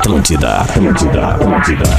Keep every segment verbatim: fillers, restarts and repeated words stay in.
Atlântida, Atlântida, Atlântida.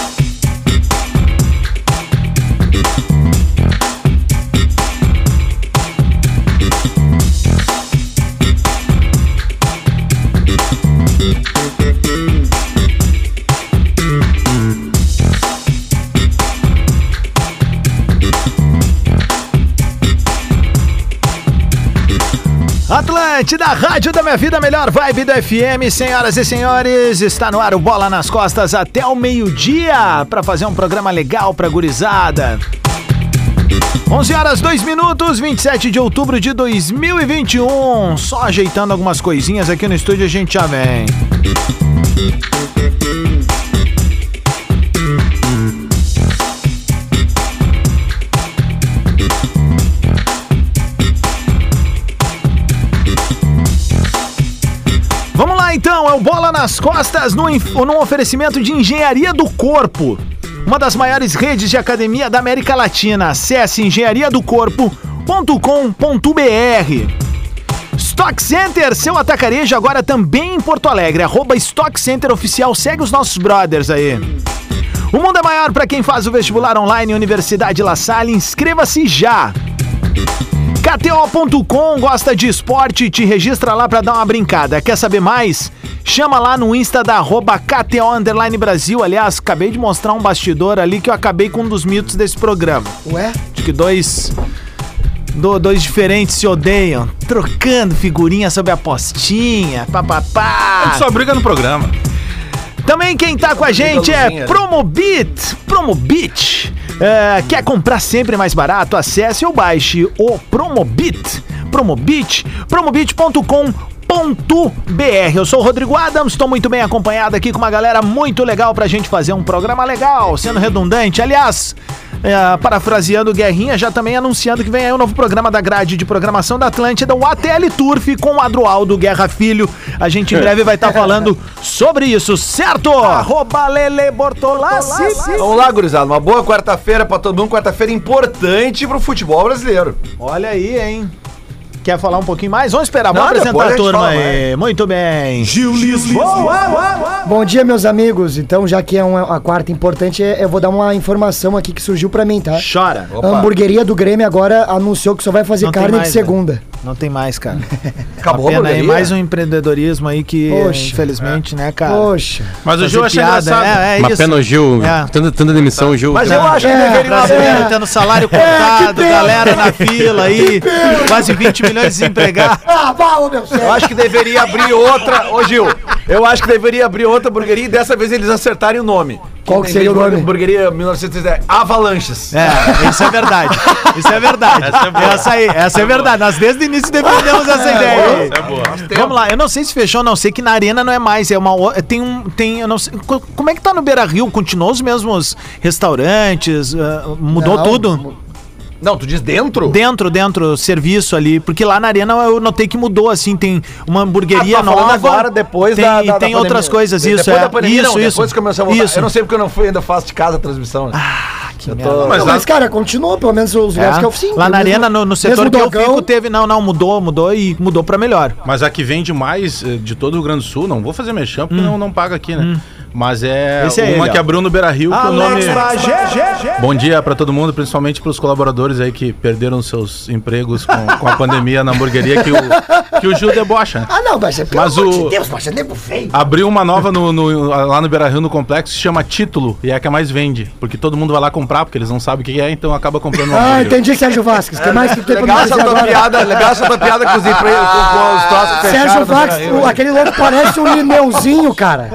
Atlântida, rádio da minha vida, melhor vibe da F M, senhoras e senhores, está no ar o Bola nas Costas até o meio-dia, para fazer um programa legal pra gurizada. onze horas, dois minutos, vinte e sete de outubro de dois mil e vinte e um, só ajeitando algumas coisinhas aqui no estúdio, a gente já vem. Vamos lá então, é o Bola nas Costas no, num oferecimento de Engenharia do Corpo, uma das maiores redes de academia da América Latina. Acesse engenharia do corpo ponto com ponto b r. Stock Center, seu atacarejo agora também em Porto Alegre, arroba Stock Center Oficial, segue os nossos brothers aí. O mundo é maior para quem faz o vestibular online Universidade La Salle, inscreva-se já. K T O ponto com, gosta de esporte, te registra lá pra dar uma brincada. Quer saber mais? Chama lá no Insta da arroba K T O Underline Brasil. Aliás, acabei de mostrar um bastidor ali que eu acabei com um dos mitos desse programa. Ué? De que dois, do, dois diferentes se odeiam, trocando figurinha sobre a postinha, papapá. A gente só briga no programa. Também quem tá com a gente é Promobit. Promobit. É, quer comprar sempre mais barato? Acesse ou baixe o Promobit. Promobit. Promobit ponto com ponto b r. Eu sou o Rodrigo Adams, estou muito bem acompanhado aqui com uma galera muito legal pra gente fazer um programa legal, sendo redundante. Aliás, é, parafraseando o Guerrinha, já também anunciando que vem aí um novo programa da grade de programação da Atlântida, o A T L Turf com o Adroaldo Guerra Filho. A gente em breve vai estar falando sobre isso, certo? Arroba Lele Bortolassi. Vamos lá, gurizada, uma boa quarta-feira pra todo mundo, quarta-feira importante pro futebol brasileiro. Olha aí, hein? Quer falar um pouquinho mais? Vamos esperar, Não, vamos apresentar a turma aí. Mais. Muito bem. Gil Lisboa. Bom dia, meus amigos. Então, já que é uma, uma quarta importante, eu vou dar uma informação aqui que surgiu pra mim, tá? Chora. A hamburgueria do Grêmio agora anunciou que só vai fazer Não tem carne mais, de segunda. Velho. Não tem mais, cara. Acabou a a pena aí, hamburgueria? mais um empreendedorismo aí que, Poxa. infelizmente, né, cara? Poxa. Mas o Fazer Gil acha piada, engraçado. É, é Uma isso. pena o Gil, É. tanta, tanta demissão, o Gil. Mas eu acho que É, deveria Brasileiro É. tendo salário cortado, galera na fila aí, quase vinte milhões de desempregados. Ah, vá, ô meu céu. Eu acho que deveria abrir outra. Ô, Gil, eu acho que deveria abrir outra hamburgueria e dessa vez eles acertarem o nome. Qual que seria o nome? Hamburgueria mil novecentos e dez, Avalanches. É, isso é verdade. Isso é verdade. Essa é boa. Essa aí, essa é verdade. Nós desde o início defendemos essa ideia aí. Essa é boa. Vamos lá, eu não sei se fechou, não sei que na Arena não é mais, é uma o- tem um, tem, eu não sei, co- como é que tá no Beira-Rio? Continuou os mesmos restaurantes, ah, mudou Não, tudo? Não, tu diz dentro? Dentro, dentro, serviço ali, porque lá na Arena eu notei que mudou, assim, tem uma hamburgueria Ah, tá falando nova. agora, depois tem, da, e da, tem da outras pandemia. coisas, isso, depois é. da pandemia, isso, não, isso. depois que começou a voltar. Isso. Eu não sei porque eu não fui, ainda faço de casa a transmissão, né? Ah, que Eu merda. tô- Mas Não, lá- mas, cara, continua, pelo menos os lugares que eu sim. Lá na Arena, no, no setor mesmo que eu dogão. fico, teve. Não, não, mudou, mudou e mudou pra melhor. Mas a que vende mais eh, de todo o Rio Grande do Sul, não vou fazer mexão porque não, não paga aqui, né? Mas é Esse é uma ele, que ó. abriu no Beira-Rio, que o nome... Bagé. Bom dia pra todo mundo, principalmente pros colaboradores aí que perderam seus empregos com, com a pandemia na hamburgueria que o, que o Gil debocha, né? Ah, não, mas é pelo Mas amor o- de Deus, mas é nego feio. Abriu uma nova no, no- lá no Beira-Rio, no complexo, se chama Título, e é a que mais vende. Porque todo mundo vai lá comprar, porque eles não sabem o que é, então acaba comprando uma Ah, hambúrguer. entendi, Sérgio Vasquez. O que mais que tem pra Legal me essa dizer tua agora? piada, legal essa tua piada com os empregos, com, com os troços fechados. Sérgio do Vasquez, Beira-Rio. o- aquele louco parece um Lineuzinho, cara.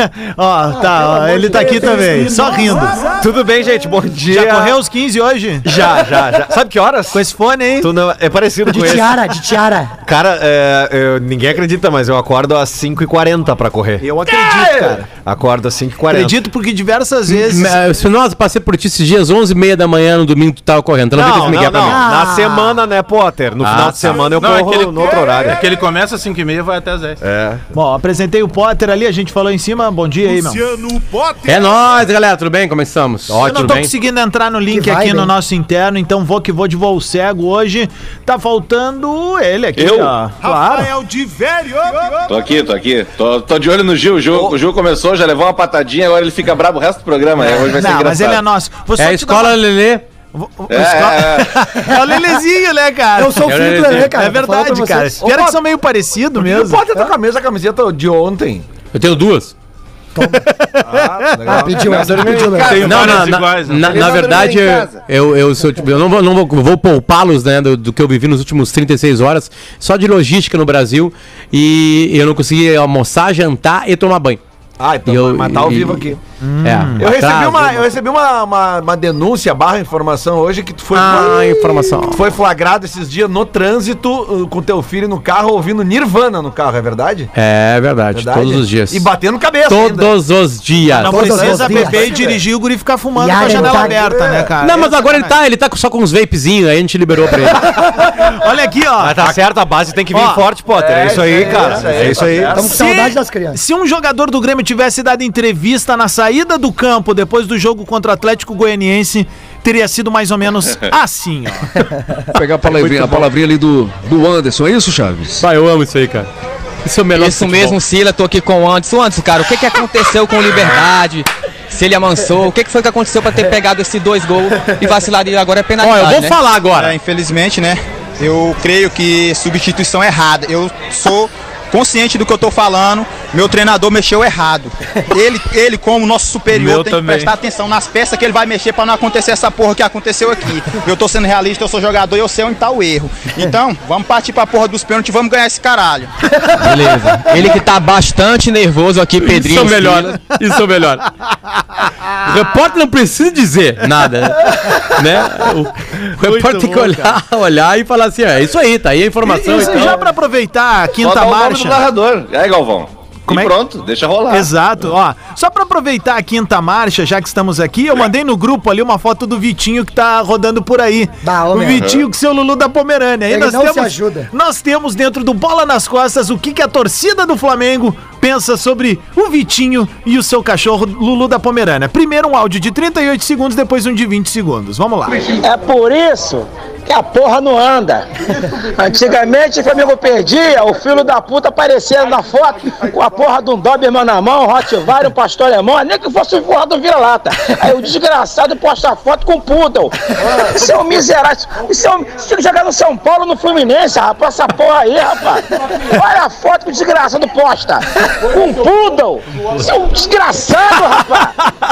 Ó, tá, ó, ele tá aqui também, só rindo. Tudo bem, gente? Bom dia. Já correu os quinze hoje? Já, já, já. Sabe que horas? Com esse fone, hein? Tu não, é parecido De com esse. tiara, de tiara. Cara, é, eu- ninguém acredita, mas eu acordo às cinco e quarenta pra correr. Eu acredito, cara. Acordo às cinco e quarenta. Acredito porque diversas vezes... Eh, Se nós passei por ti esses dias, onze e meia da manhã no domingo, tu tava correndo. Tu não, Não, fica não, esse migué pra não. mim. Ah. Na semana, né, Potter? No Ah, final tá. de semana eu Não, é corro que ele- no outro horário. É que ele começa às cinco e meia e vai até às dez. É. Bom, apresentei o Potter ali, a gente falou em cima. Bom dia aí, meu. É nóis, galera, tudo bem? Como estamos? Eu não Ótimo, tô bem? conseguindo entrar no link Que aqui vibe, no hein? nosso interno, então vou que vou de voo cego hoje. Tá faltando ele aqui, Eu? ó. Claro. Tô aqui, tô aqui. Tô, tô de olho no Gil. O Gil, o Gil começou, já levou uma patadinha, agora ele fica brabo o resto do programa. né? Hoje vai ser Não, engraçado. mas ele é nosso. Vou só É a te escola dar Lelê. uma- vou- vou- É, escola- é, É o Lelezinho, né, cara? Eu sou o Eu filho do não Lelê, cara. É tô falando verdade, pra cara. vocês. Pior é que são meio parecidos Não mesmo. pode ter com a mesma camiseta de ontem. Eu tenho duas. Ah, pediu essa, pediu essa. Tem Não, várias na, na, iguais, né? na, Ele na vai verdade, dormir em casa. eu, eu, sou, tipo, eu não vou, não vou, vou poupá-los, né, do, do que eu vivi nos últimos trinta e seis horas, só de logística no Brasil, e eu não consegui almoçar, jantar e tomar banho. Ah, então E eu- vai matar ao e- vivo aqui. É, Eu recebi, atraso, uma, eu recebi uma, uma, uma denúncia barra informação hoje que tu foi, Ah, informação. tu foi flagrado esses dias no trânsito uh, com teu filho no carro, ouvindo Nirvana no carro, é verdade? É verdade, Verdade? todos os dias. E batendo cabeça ainda. Todos os dias. Não Todos precisa os dias. beber e dirigir o guri ficar fumando E com a aí, janela tá- aberta, né, cara? Não, mas É agora ele sacanagem. tá, ele tá com- só com uns vapezinhos, aí a gente liberou pra ele. Olha aqui, ó. Mas tá certo, a base tem que vir Ó, forte, Potter. É, isso aí, cara. isso aí, É isso tá aí. certo. Estamos com saudade das crianças. Se um jogador do Grêmio tivesse dado entrevista na saída do campo depois do jogo contra o Atlético Goianiense, teria sido mais ou menos assim, ó. Pegar a palavrinha, a palavrinha ali do, do Anderson, é isso, Chaves? Pai, eu amo isso aí, cara. Isso é o melhor Isso futebol. mesmo, Sila, tô aqui com o Anderson. Anderson, cara, o que que aconteceu com o Liberdade? Se ele amansou, o que que foi que aconteceu pra ter pegado esses dois gols e vacilado e agora é Ó, penalidade, eu vou né? falar agora. É, infelizmente, né? Eu creio que substituição errada. Eu sou consciente do que eu tô falando. Meu treinador mexeu errado. Ele, ele como nosso superior, Meu tem também. que prestar atenção nas peças que ele vai mexer pra não acontecer essa porra que aconteceu aqui. Eu tô sendo realista, eu sou jogador e eu sei onde tá o erro. Então, vamos partir pra porra dos pênaltis e vamos ganhar esse caralho. Beleza. Ele que tá bastante nervoso aqui, Pedrinho. Isso é o melhor. Silas. Isso é o melhor. O repórter não precisa dizer nada, né? O, o repórter tem que olhar, olhar e falar assim, ó, é isso aí, tá aí a informação. Isso, então. já pra aproveitar a Só quinta dá o nome do marcha. narrador. E aí, Galvão? Como e é que- pronto, deixa rolar. Exato, ó. Só pra aproveitar a quinta marcha, já que estamos aqui, eu mandei no grupo ali uma foto do Vitinho que tá rodando por aí. Bah, ô, o meu. Vitinho com seu Lulu da Pomerânia. Aí Ele nós não se temos, ajuda. nós temos dentro do Bola nas Costas o que, que a torcida do Flamengo pensa sobre o Vitinho e o seu cachorro Lulu da Pomerânia. Primeiro um áudio de trinta e oito segundos, depois um de vinte segundos. Vamos lá. É por isso que a porra não anda. Antigamente o Flamengo perdia, o filho da puta aparecia na foto com a porra de um Doberman na mão, um Rottweiler, um pastor alemão, nem que fosse o porra do vira-lata. Aí o desgraçado posta a foto com o Poodle. Isso é um miserável. Isso é um... Você tem que jogar no São Paulo, no Fluminense, rapaz, essa porra aí, rapaz. Olha a foto que o desgraçado posta. Com um Poodle. Isso é um desgraçado, rapaz.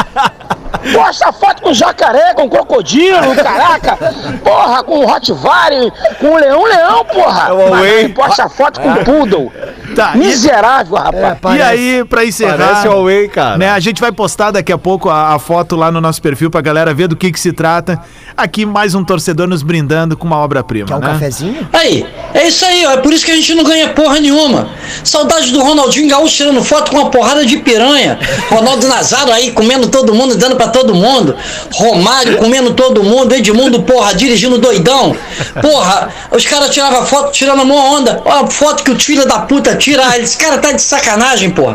Posta foto com jacaré, com crocodilo, caraca. Porra, com Rottweiler, com um leão, leão, porra. Mas posta foto com poodle. Tá, e- Miserável, rapaz. E aí, pra encerrar, Parece o Huawei, cara. né, a gente vai postar daqui a pouco a, a foto lá no nosso perfil pra galera ver do que que se trata. Aqui mais um torcedor nos brindando com uma obra-prima, Quer um né? cafezinho? Aí, é isso aí, ó. É por isso que a gente não ganha porra nenhuma. Saudade do Ronaldinho Gaúcho tirando foto com uma porrada de piranha. Ronaldo Nazário aí comendo todo mundo, dando pra todo mundo. Romário comendo todo mundo. Edmundo, porra, dirigindo doidão. Porra, os caras tiravam foto tirando a mão onda. Ó, a foto que o filho da puta tira. Esse cara tá de sacanagem, porra.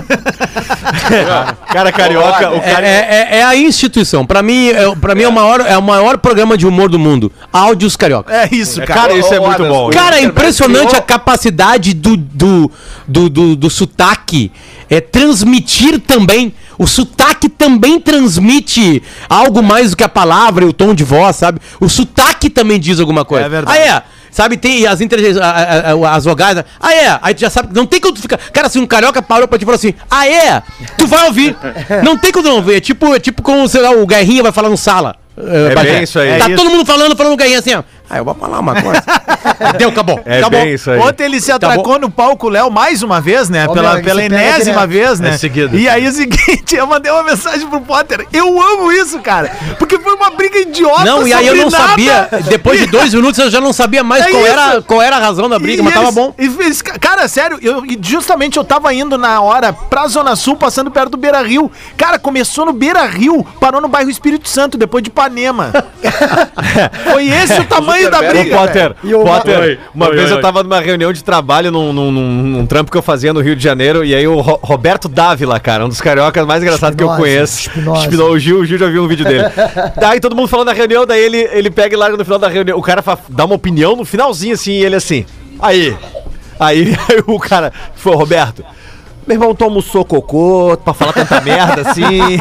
Cara carioca, o É, cara. é- é a instituição. Pra mim, é, pra mim é, o maior, é o maior programa de humor do mundo. Áudios Carioca. É isso, cara. Cara, isso é muito bom. Cara, é impressionante a capacidade do, do, do, do, do sotaque é, transmitir também. O sotaque também transmite algo mais do que a palavra e o tom de voz, sabe? O sotaque também diz alguma coisa. É verdade. Ah, é. Sabe, tem as inteligências, a- a- a- as vogais. Ah, é. Aí tu já sabe que não tem como tu ficar. Cara, se um carioca parou pra te falar assim, ah, é. Tu vai ouvir. Não tem como tu não ouvir. É tipo, é tipo como, sei lá, o Guerrinha vai falar no sala. É bem isso aí. Tá É todo isso. mundo falando, falando Guerrinha assim, ó. Ah, eu vou falar uma coisa. Deu, acabou. É acabou. bem isso aí. Ontem ele se atracou no palco, Léo, mais uma vez, né? Ó, pela meu, pela isso pega enésima direto. vez, né? É seguido. E aí o seguinte, eu mandei uma mensagem pro Potter. Eu amo isso, cara. Porque foi uma briga idiota. Não, e aí eu sobre não nada. sabia. Depois de dois minutos eu já não sabia mais É qual, isso. era, qual era a razão da briga, E mas tava eles- bom. e eles- cara, sério, eu, e justamente eu tava indo na hora pra Zona Sul, passando perto do Beira Rio. Cara, começou no Beira Rio, parou no bairro Espírito Santo, depois de Ipanema. Foi esse o tamanho tamanho da briga. Ô, Potter, E o- Potter, Oi, uma oi, vez oi. eu tava numa reunião de trabalho num, num, num, num trampo que eu fazia no Rio de Janeiro, e aí o Ro- Roberto Dávila, cara, um dos cariocas mais engraçados que eu Espinosa, conheço. Espinosa. Espinosa, o Gil, o Gil já viu um vídeo dele. Daí todo mundo falando na reunião, daí ele, ele pega e larga no final da reunião. O cara fa- dá uma opinião no finalzinho assim, e ele assim, aí, aí, aí o cara, foi o Roberto. Meu irmão, tu almoçou cocô pra falar tanta merda assim.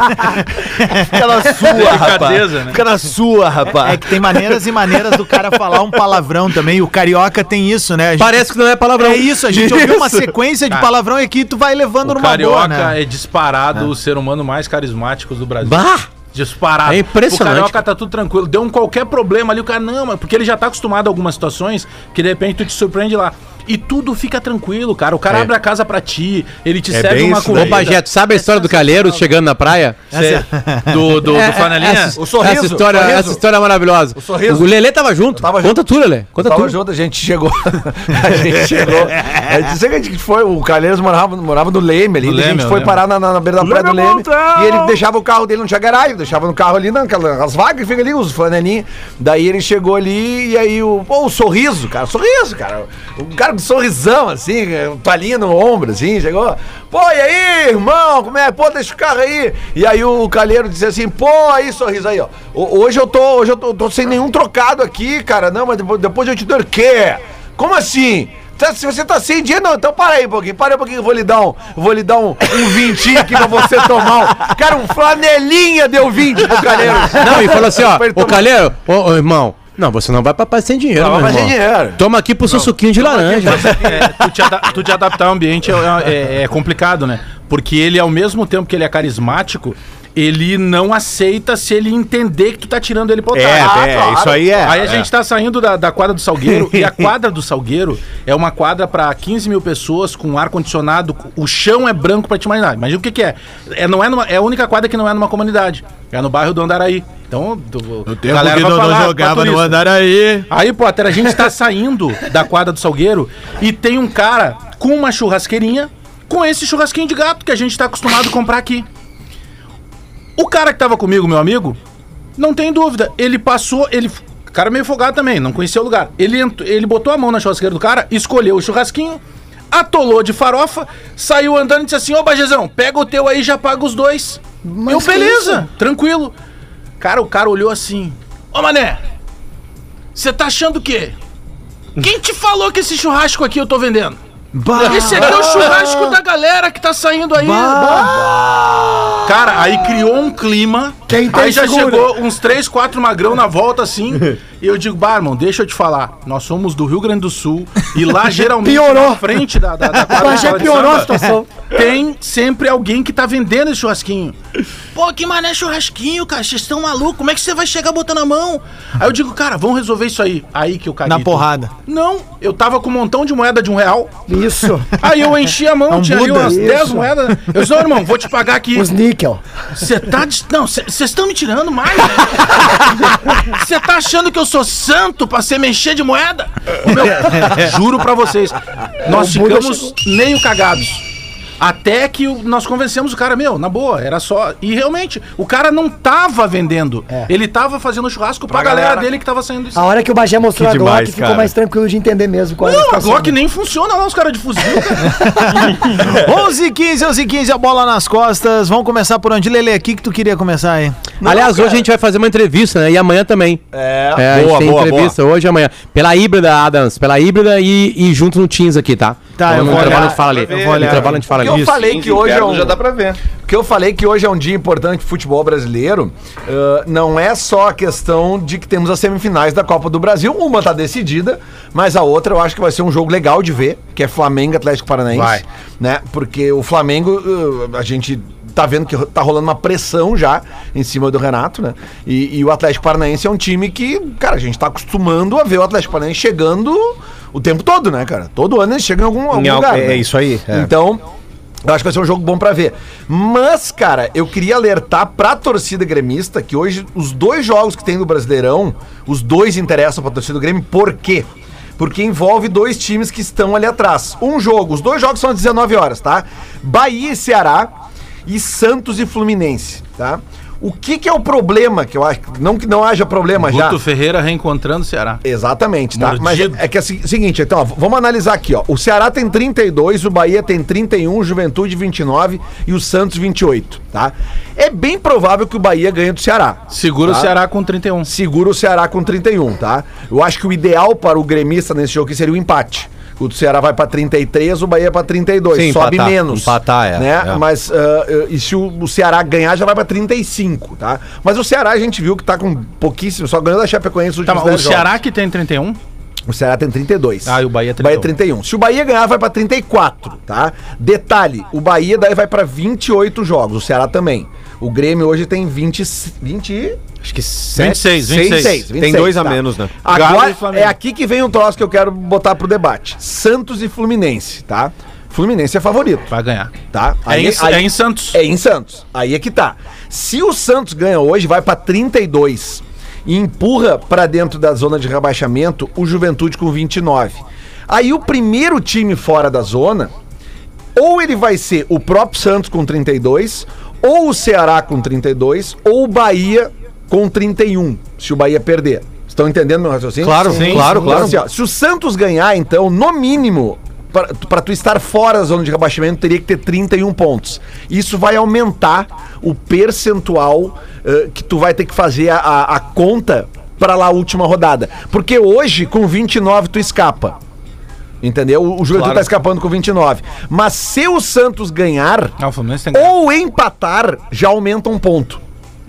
Fica na sua, rapaz. Delicadeza, né? Fica na sua, rapaz. É que tem maneiras e maneiras do cara falar um palavrão também. O carioca tem isso, né? A gente- Parece que não é palavrão. É isso, a gente ouviu uma Isso. sequência de palavrão e aqui tu vai levando O numa carioca boa, né? é disparado o ser humano mais carismático do Brasil. Bah! Disparado. É impressionante, O carioca cara. tá tudo tranquilo. Deu um qualquer problema ali, o cara, não, mas porque ele já tá acostumado a algumas situações que de repente tu te surpreende lá. E tudo fica tranquilo, cara. O cara É. abre a casa pra ti, ele te É serve bem uma isso Ô, daí. Bagé, tu sabe a história do Calheiro chegando na praia? Cê- do, do, do flanelinha? Essa, O sorriso, essa história, sorriso. essa história é maravilhosa. O sorriso. O Lelê tava junto. Tava Conta tu, Lelê. Conta Tava tu. junto, a gente chegou. a gente chegou. A gente, sei que a gente foi, o Calheiros morava, morava no Leme ali. No daí a Leme, gente eu foi lembro. parar na, na, na beira da praia do Leme é Leme. bom, E ele deixava o carro dele, não tinha garagem, deixava no carro ali, naquelas vagas que fica ali, os flanelinhos. Daí ele chegou ali e aí o. Pô, o sorriso, cara, sorriso, cara. Um cara com sorrisão, assim, toalhinha no ombro, assim, chegou. Pô, e aí, irmão, como é? Pô, deixa o carro aí. E aí o Calheiro disse assim, pô, aí, sorriso aí, ó. Ho- Hoje eu tô, hoje eu tô, tô sem nenhum trocado aqui, cara. Não, mas depois, depois eu te dou o quê? Como assim? Tá- Se você tá sem dinheiro, não, então para aí um pouquinho, para aí um pouquinho, eu vou lhe dar um, eu vou lhe dar um, um vintinho aqui pra você tomar. Um, cara, um flanelinha deu vinte pro Calheiro. Não, e falou assim, ó, Pra ele ô tomar. Calheiro, ô, ô, irmão, não, você não vai pra praia sem dinheiro, Não meu vai pra irmão. sem dinheiro. Toma aqui pro seu suquinho de laranja. É, tu, te ada- tu te adaptar ao ambiente é, é- é complicado, né? Porque ele, ao mesmo tempo que ele é carismático, ele não aceita se ele entender que tu tá tirando ele pro É, otário. é, claro. isso aí é. Aí a gente tá saindo da, da quadra do Salgueiro e a quadra do Salgueiro é uma quadra pra quinze mil pessoas com ar-condicionado. O chão é branco pra te imaginar. Imagina o que que é. É, não é, numa- é a única quadra que não é numa comunidade. É no bairro do Andaraí. Então, do, o tempo que Dodô jogava no Andaraí. Aí, Potter, a gente tá saindo da quadra do Salgueiro e tem um cara com uma churrasqueirinha com esse churrasquinho de gato que a gente tá acostumado a comprar aqui. O cara que tava comigo, meu amigo, não tem dúvida, ele passou, ele... O cara meio folgado também, não conhecia o lugar. Ele, ent- ele botou a mão na churrasqueira do cara, escolheu o churrasquinho, atolou de farofa, saiu andando e disse assim, ô Bagezão, pega o teu aí e já paga os dois. Eu, que beleza, tranquilo. Cara, o cara olhou assim, ô mané, você tá achando o quê? Quem te falou que esse churrasco aqui eu tô vendendo? Esse aqui é o churrasco da galera que tá saindo aí. Cara, aí criou um clima. Quem tem aí já segura. chegou uns três, quatro magrão na volta assim. E eu digo, bah, irmão, deixa eu te falar. Nós somos do Rio Grande do Sul. E lá geralmente Piorou. na frente da, da, da O quadra de Bagé escola de piorou a samba, situação. tem sempre alguém que tá vendendo esse churrasquinho. Pô, que mané churrasquinho, cara. Vocês estão malucos. Como é que você vai chegar botando a mão? Aí eu digo, cara, vamos resolver isso aí. Aí que eu caguei. Na tudo. porrada. Não, eu tava com um montão de moeda de um real. Isso. Aí eu enchi a mão, É um tinha ali Buda. umas dez Isso. moedas. Eu disse, não, irmão, vou te pagar aqui. Os níquel. Você tá. dis- Não, vocês estão me tirando mais. Você tá achando que eu sou santo pra ser mexer de moeda? Ô, meu, juro pra vocês, nós O Buda ficamos meio cagados. Até que o- nós convencemos o cara, meu, na boa, era só. E realmente, o cara não tava vendendo. Ele tava fazendo churrasco pra, Pra galera, galera. dele que tava saindo isso. A hora que o Bagé mostrou Que a Glock, demais, ficou cara. mais tranquilo de entender mesmo qual é a Não, a situação. Glock nem funciona lá, os caras de fuzil, cara. onze e quinze, onze e quinze, a bola nas costas. Vamos começar por onde? Lele, aqui que tu queria começar aí. Aliás, hoje a gente vai fazer uma entrevista, né? E amanhã também. É. É, a gente Boa, tem boa, entrevista hoje e amanhã. Pela híbrida, Adams. Pela híbrida e, e junto no Teams aqui, tá? Tá, eu no vou intervalo olhar, a gente fala ali. eu vou No olhar. intervalo a gente fala Eu ali. falei que hoje é um... já dá pra ver. Porque eu falei que hoje é um dia importante pro futebol brasileiro, ah, não é só a questão de que temos as semifinais da Copa do Brasil, uma tá decidida, mas a outra eu acho que vai ser um jogo legal de ver, que é Flamengo e Atlético Paranaense, Vai. né? Porque o Flamengo, ah, a gente tá vendo que tá rolando uma pressão já em cima do Renato, né? E, e o Atlético Paranaense é um time que, cara, a gente tá acostumando a ver o Atlético Paranaense chegando o tempo todo, né, cara? Todo ano eles chegam em algum, algum Em al- lugar. é né? isso aí, é. Então, eu acho que vai ser um jogo bom pra ver. Mas, cara, eu queria alertar pra torcida gremista que hoje os dois jogos que tem no Brasileirão, os dois interessam pra torcida do Grêmio. Por quê? Porque envolve dois times que estão ali atrás. Um jogo, os dois jogos são às dezenove horas, tá? Bahia e Ceará e Santos e Fluminense, tá? O que que é o problema, que eu acho, não que não haja problema já. Guto Ferreira reencontrando o Ceará. Exatamente, tá? Mordido. Mas é, é que é o seguinte, então, ó, vamos analisar aqui, ó. O Ceará tem trinta e dois, o Bahia tem trinta e um, o Juventude vinte e nove e o Santos vinte e oito, tá? É bem provável que o Bahia ganhe do Ceará. Segura tá? o Ceará com trinta e um. Segura o Ceará com trinta e um, tá? Eu acho que o ideal para o gremista nesse jogo aqui seria o empate. O do Ceará vai pra trinta e três, o Bahia pra trinta e dois. Sim, sobe empatar, menos. empatar, é, né? é. Mas, uh, e se o, o Ceará ganhar, já vai pra trinta e cinco, tá? Mas o Ceará a gente viu que tá com pouquíssimo, só ganhando a Chapecoense nos Tá, últimos mas o dez Ceará jogos. que tem trinta e um? O Ceará tem trinta e dois. Ah, e o Bahia trinta e um. Bahia trinta e um. Se o Bahia ganhar, vai pra trinta e quatro, tá? Detalhe, o Bahia daí vai pra vinte e oito jogos, o Ceará também. O Grêmio hoje tem vinte, vinte Acho que vinte e seis, vinte e seis. Tem dois a menos, né? Agora é aqui que vem um troço que eu quero botar pro debate. Santos e Fluminense, tá? Fluminense é favorito. Vai ganhar. Tá? É, Aí, em, aí, é em Santos. É em Santos. Aí é que tá. Se o Santos ganha hoje, vai pra trinta e dois e empurra pra dentro da zona de rebaixamento o Juventude com vinte e nove. Aí o primeiro time fora da zona, ou ele vai ser o próprio Santos com trinta e dois, ou o Ceará com trinta e dois, ou o Bahia com trinta e um, se o Bahia perder. Estão entendendo meu raciocínio? Claro, sim, claro, Então, claro. assim, ó, se o Santos ganhar, então, no mínimo, pra, pra tu estar fora da zona de rebaixamento, teria que ter trinta e um pontos. Isso vai aumentar o percentual uh, que tu vai ter que fazer a, a, a conta pra lá a última rodada. Porque hoje, com vinte e nove, tu escapa. Entendeu? O, o Juventude Claro. tá escapando com vinte e nove. Mas se o Santos ganhar, Ah, o Fluminense tem que ganhar. ou empatar, já aumenta um ponto.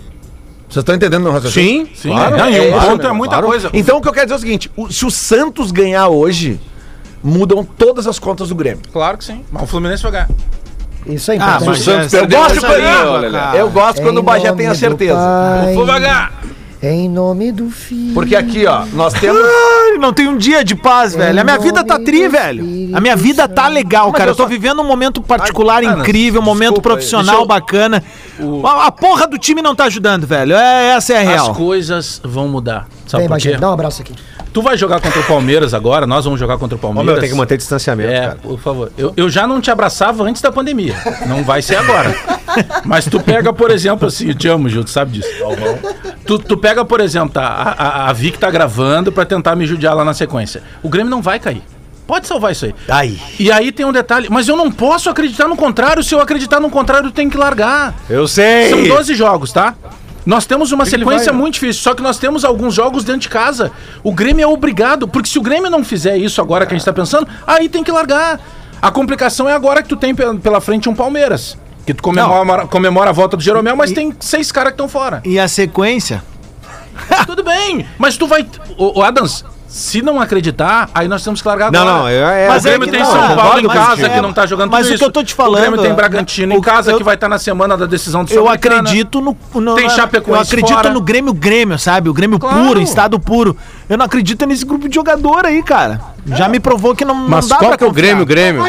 Vocês estão entendendo meu raciocínio? Sim, Sim, claro. não, e é um isso, ponto meu, é muita claro. coisa. Então o que eu quero dizer é o seguinte: o- se o Santos ganhar hoje, mudam todas as contas do Grêmio. Claro que sim. Mas o Fluminense vai ganhar. Isso é Ah, importante. mas O Santos é, eu perdeu gosto essa quando, língua, eu, cara. eu gosto quando Em o Bagé nome tem a do certeza. Pai, O Flu vai ganhar. Em nome do Filho. Porque aqui, ó, nós temos. Ai, não tem um dia de paz, velho. A minha vida tá tri, velho. A minha vida tá legal, cara. Eu tô vivendo um momento particular Ai, incrível, um momento desculpa aí. profissional Deixa eu- bacana. A, a porra do time não tá ajudando, velho. É, essa é a As real. coisas vão mudar. Sabe Vem, por quê? Bagé, dá um abraço aqui. Tu vai jogar contra o Palmeiras agora, nós vamos jogar contra o Ô, Palmeiras. meu, tem que manter distanciamento, É, cara. por favor. Eu, eu já não te abraçava antes da pandemia. Não vai ser agora. Mas tu pega, por exemplo, assim, eu te amo, Gil, tu sabe disso. Tu, tu pega, por exemplo, tá, a, a, a Vic tá gravando pra tentar me judiar lá na sequência. O Grêmio não vai cair. Pode salvar isso aí. Ai. E aí tem um detalhe, mas eu não posso acreditar no contrário. Se eu acreditar no contrário, tem que largar. Eu sei. São doze jogos, tá? Nós temos uma Que que sequência vai, muito difícil, só que nós temos alguns jogos dentro de casa. O Grêmio é obrigado, porque se o Grêmio não fizer isso agora que a gente tá pensando, aí tem que largar. A complicação é agora que tu tem pe- pela frente um Palmeiras, que tu comemora, comemora a volta do Jeromel, mas E- tem seis caras que estão fora. E a sequência? Tudo bem, mas tu vai... Ô, ô, Adams, se não acreditar, aí nós temos que largar Não, agora. não, é- é- Mas o é Grêmio que tem não, São é, Paulo em mas casa, é- que não tá jogando mas tudo o que eu tô te falando, O Grêmio tem Bragantino em o- casa, eu- que vai estar na semana da decisão do Eu Sul-Americana. acredito no, no Tem na- Chapecoense eu acredito fora. no Grêmio Grêmio, sabe? O Grêmio Claro. puro, em estado puro. Eu não acredito nesse grupo de jogador aí, cara. Já me provou que não, não Mas dá qual pra que é o confiar. Grêmio, Grêmio?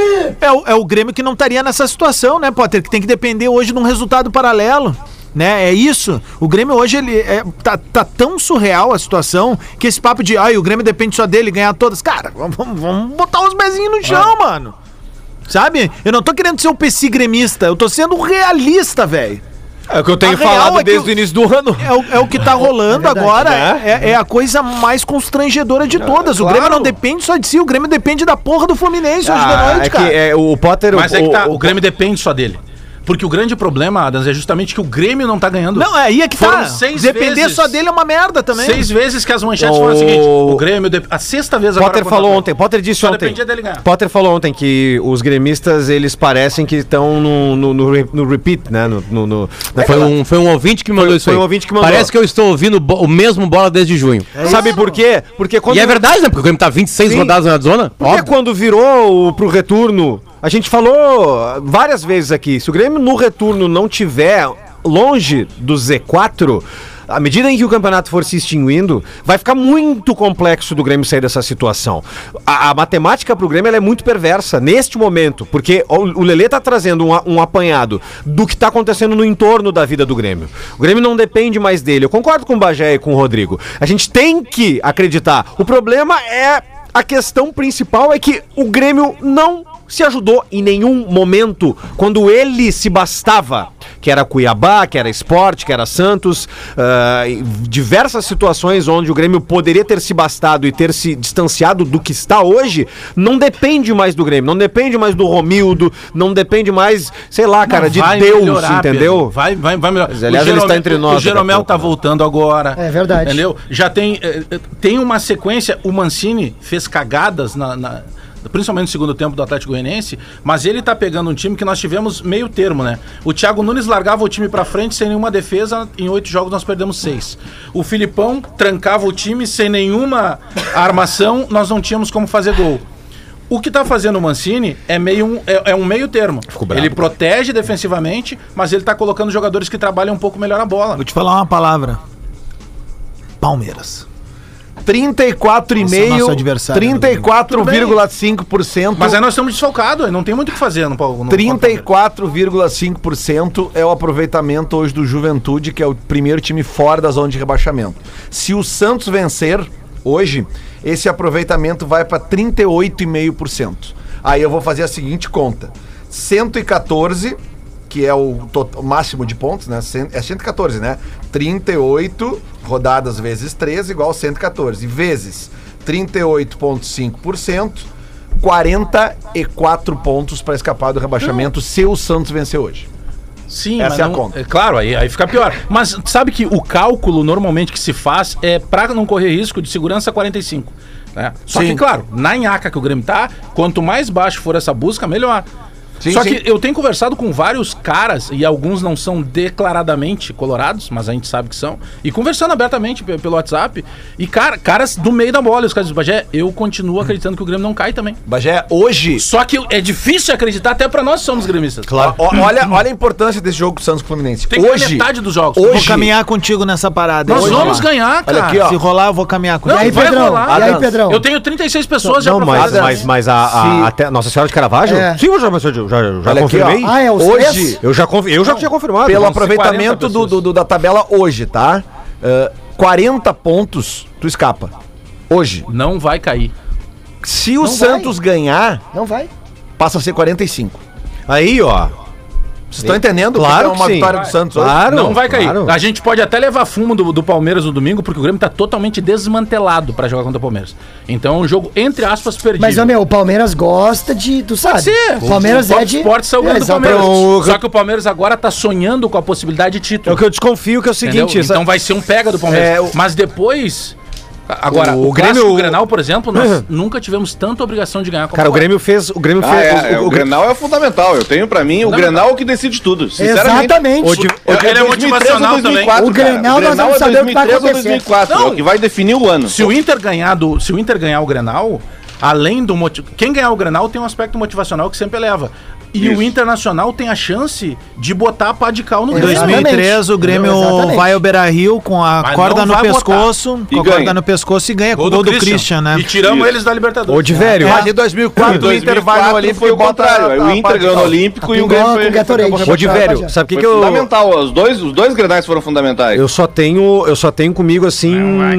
É o, é o Grêmio que não estaria nessa situação, né, Potter? Que tem que depender hoje de um resultado paralelo. Né? É isso. O Grêmio hoje ele é, tá, tá tão surreal a situação que esse papo de ai, o Grêmio depende só dele ganhar todas. Cara, vamos, vamos- vamos botar os pezinhos no chão, mano. Sabe? Eu não tô querendo ser um P C gremista, eu tô sendo realista, velho. É o que eu tenho A real falado é que desde o- o início do ano. É o, é o que tá rolando É verdade, agora. né? É, é a coisa mais constrangedora de todas. O claro. Grêmio não depende só de si, o Grêmio depende da porra do Fluminense hoje de Ah, noite, é cara. que é, o Potter... Mas o, é que tá, o, o Grêmio depende só dele. Porque o grande problema, Adams, é justamente que o Grêmio não tá ganhando. Não, é aí é que Foram tá. seis Depender vezes. só dele é uma merda também. Seis vezes que as manchetes O- foram o seguinte: o Grêmio, de- a sexta vez agora. Potter contra falou o ontem, Potter disse Só ontem. dependia dele ganhar. Potter falou ontem que os gremistas, eles parecem que estão no, no, no, re- no repeat, né? No, no, no- Foi naquela- um, foi um ouvinte que mandou Foi- isso foi aí. um ouvinte que mandou. Parece que eu estou ouvindo bo- o mesmo bola desde junho. Sabe por quê? Porque quando... E é verdade, né? Porque o Grêmio tá vinte e seis Sim. rodadas na zona. Porque Óbvio. quando virou o- pro retorno, a gente falou várias vezes aqui, se o Grêmio no retorno não tiver longe do Z quatro, à medida em que o campeonato for se extinguindo, vai ficar muito complexo do Grêmio sair dessa situação. A, a matemática pro Grêmio ela é muito perversa neste momento, porque o, o Lelê tá trazendo um, a- um apanhado do que tá acontecendo no entorno da vida do Grêmio. O Grêmio não depende mais dele. Eu concordo com o Bagé e com o Rodrigo. A gente tem que acreditar. O problema é... A questão principal é que o Grêmio não se ajudou em nenhum momento quando ele se bastava, que era Cuiabá, que era Sport, que era Santos, uh, diversas situações onde o Grêmio poderia ter se bastado e ter se distanciado do que está hoje, não depende mais do Grêmio, não depende mais do Romildo, não depende mais, sei lá, cara, de Deus, melhorar, entendeu? Pedro. Vai, vai, vai melhorar. Mas, aliás, o ele Jeromel, está entre nós. O Jeromel tá voltando agora. É verdade. Entendeu? Já tem, tem uma sequência, o Mancini fez cagadas na... na principalmente no segundo tempo do Atlético Goianiense, mas ele tá pegando um time que nós tivemos meio termo, né? O Thiago Nunes largava o time pra frente sem nenhuma defesa, em oito jogos nós perdemos seis. O Filipão trancava o time sem nenhuma armação, nós não tínhamos como fazer gol. O que tá fazendo o Mancini é, meio um, é, é um meio termo. Ele protege defensivamente, mas ele tá colocando jogadores que trabalham um pouco melhor a bola. Vou te falar uma palavra. Palmeiras. trinta e quatro vírgula cinco, trinta e quatro vírgula cinco por cento. Mas aí nós estamos desfalcados, não tem muito o que fazer no, no trinta e quatro vírgula cinco por cento é o aproveitamento hoje do Juventude, que é o primeiro time fora da zona de rebaixamento. Se o Santos vencer hoje, esse aproveitamento vai para trinta e oito vírgula cinco por cento. Aí eu vou fazer a seguinte conta: cento e catorze, que é o, total, o máximo de pontos, né? É cento e catorze, né? trinta e oito rodadas vezes treze igual cento e catorze, vezes trinta e oito vírgula cinco por cento, quarenta e quatro pontos para escapar do rebaixamento se o Santos vencer hoje. Sim, essa mas é a não, conta. É, claro, aí, aí fica pior. Mas sabe que o cálculo normalmente que se faz é para não correr risco de segurança quarenta e cinco. Né? Só Sim. que, claro, na nhaca que o Grêmio tá, quanto mais baixo for essa busca, melhor. Sim, Só sim. que eu tenho conversado com vários caras, e alguns não são declaradamente colorados, mas a gente sabe que são, e conversando abertamente pe- pelo WhatsApp, e cara, caras do meio da bola, os caras dizem, Bagé, eu continuo acreditando que o Grêmio não cai também. Bagé, hoje... Só que é difícil acreditar até pra nós que somos gremistas. Claro. O- olha, olha a importância desse jogo Santos Fluminense. Tem que ganhar Hoje, metade dos jogos. Vou hoje, caminhar contigo nessa parada. Nós Hoje, vamos ó. ganhar, cara. Olha aqui, ó. Se rolar, eu vou caminhar contigo. Não, E aí, vai Pedrão? rolar. E aí, Adams. Pedrão? Eu tenho trinta e seis pessoas já Não, pra mas, fazer. mas, mas a, a- Se- até Nossa Senhora de Caravaggio? É. Sim, eu já, mas eu já, já, já Olha aqui, confirmei. ó. Ah, é os Hoje, três? Eu já, confi- eu já tinha confirmado. pelo Não, aproveitamento do, do- do- da tabela hoje, tá? Uh, quarenta pontos, tu escapa. Hoje. Não vai cair. Se o Não Santos ganhar, Não vai? passa a ser quarenta e cinco. Aí, ó. Vocês estão entendendo? Claro que é uma que sim. vitória do Santos hoje? Claro. Não vai cair. claro. A gente pode até levar fumo do, do Palmeiras no domingo, porque o Grêmio tá totalmente desmantelado pra jogar contra o Palmeiras. Então é um jogo, entre aspas, perdido. Mas, ó, meu, o Palmeiras gosta de. Tu sabe? Pode ser. O Palmeiras o é de. Sport saiu ganhando do exatamente. Palmeiras. Então, Só que o Palmeiras agora tá sonhando com a possibilidade de É título. o que eu desconfio que é o Entendeu? seguinte. essa- Então vai ser um pega do Palmeiras. É, o- Mas depois... Agora, O o, Grêmio- Grêmio, o Grenal, por exemplo, nós nunca tivemos tanta obrigação de ganhar como Cara, o agora. Grêmio fez. O Grêmio Ah, fez. é, é, o, o, o, Grenal é fundamental. Eu tenho pra mim o Fundamental. Grenal é o que decide tudo. Sinceramente. Exatamente. o, de- Ele é motivacional também. O Grenal, nós vamos saber o que vai dois mil e três ou acontecer. dois mil e quatro, Não. é o que vai definir o ano. Se o Inter ganhar do, se o Inter ganhar o Grenal, além do motiv... quem ganhar o Grenal tem um aspecto motivacional que sempre eleva. E Isso. o Internacional tem a chance de botar a pá de cal no Em Grêmio. dois mil e três, o Grêmio Exatamente. vai ao Beira-Rio com a Mas corda não no vai pescoço, E com a corda ganha. no pescoço e ganha com o gol do Christian, né? E tiramos Isso. eles da Libertadores. Ô, de velho. Ali em dois mil e quatro, o Inter vai no Olímpico foi e o bota contrário. Aí a- o a Inter parte ganhou no de- Olímpico e o Pingou Grêmio com foi... o Gatorade. acabou Ô, de Rapaz, velho, já. sabe o que, Foi que eu. fundamental. Os dois, os dois Grenais foram fundamentais. Eu só tenho. Eu só tenho comigo assim.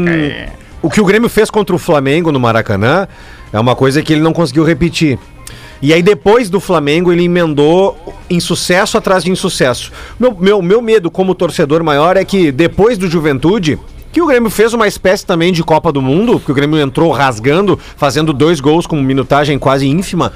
O que o Grêmio fez contra o Flamengo no Maracanã é uma coisa que ele não conseguiu repetir. E aí, depois do Flamengo, ele emendou insucesso atrás de insucesso. Meu, meu, meu medo como torcedor maior é que depois do Juventude, que o Grêmio fez uma espécie também de Copa do Mundo, porque o Grêmio entrou rasgando, fazendo dois gols com minutagem quase ínfima.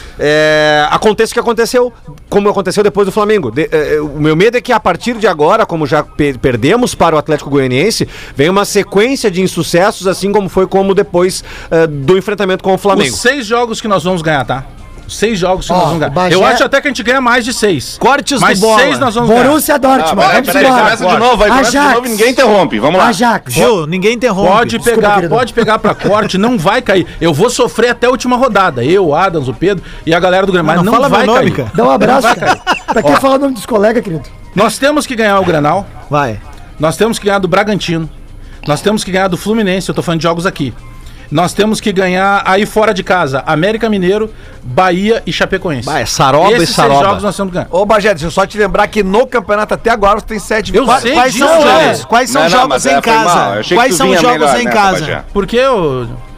É, aconteça o que aconteceu, como aconteceu depois do Flamengo. De- é, o meu medo é que a partir de agora, como já pe- perdemos para o Atlético Goianiense, vem uma sequência de insucessos, assim como foi como depois é, do enfrentamento com o Flamengo. Os seis jogos que nós vamos ganhar, tá? Os seis jogos que Ó, nós vamos o ganhar. Bagé- Eu acho até que a gente ganha mais de seis. Cortes Mas do bola. seis nós vamos ganhar. Borussia Dortmund. Ah, vai, vamos peraí, embora. começa de novo, vai, começa de Ajax. novo e ninguém interrompe. Vamos lá. Ajax. Gil, ninguém interrompe. Pode Desculpa, pegar, querido. pode pegar pra corte, não vai cair. Eu vou sofrer até a última rodada. Eu, o Adams, o Pedro e a galera do Grêmio. Mas Não não, fala vai meu nome, cair. cara. Dá um abraço, Não vai cara. Pra que falar o nome dos colegas, querido? Nós temos que ganhar o Grenal. Vai. Nós temos que ganhar do Bragantino. Nós temos que ganhar do Fluminense. Eu tô falando de jogos aqui. Nós temos que ganhar aí fora de casa América Mineiro, Bahia e Chapecoense. Bah, é saroba e Esses saroba. seis jogos nós temos que ganhar. Ô, Bagé, deixa eu só te lembrar que no campeonato até agora você tem sete Eu vitórias. sei Quais disso, são os Jair. jogos? Quais são Não, os não, jogos mas em é, foi mal. casa? Eu achei que Quais tu são os vinha jogos melhor em nessa, casa? Bagé. Porque eu...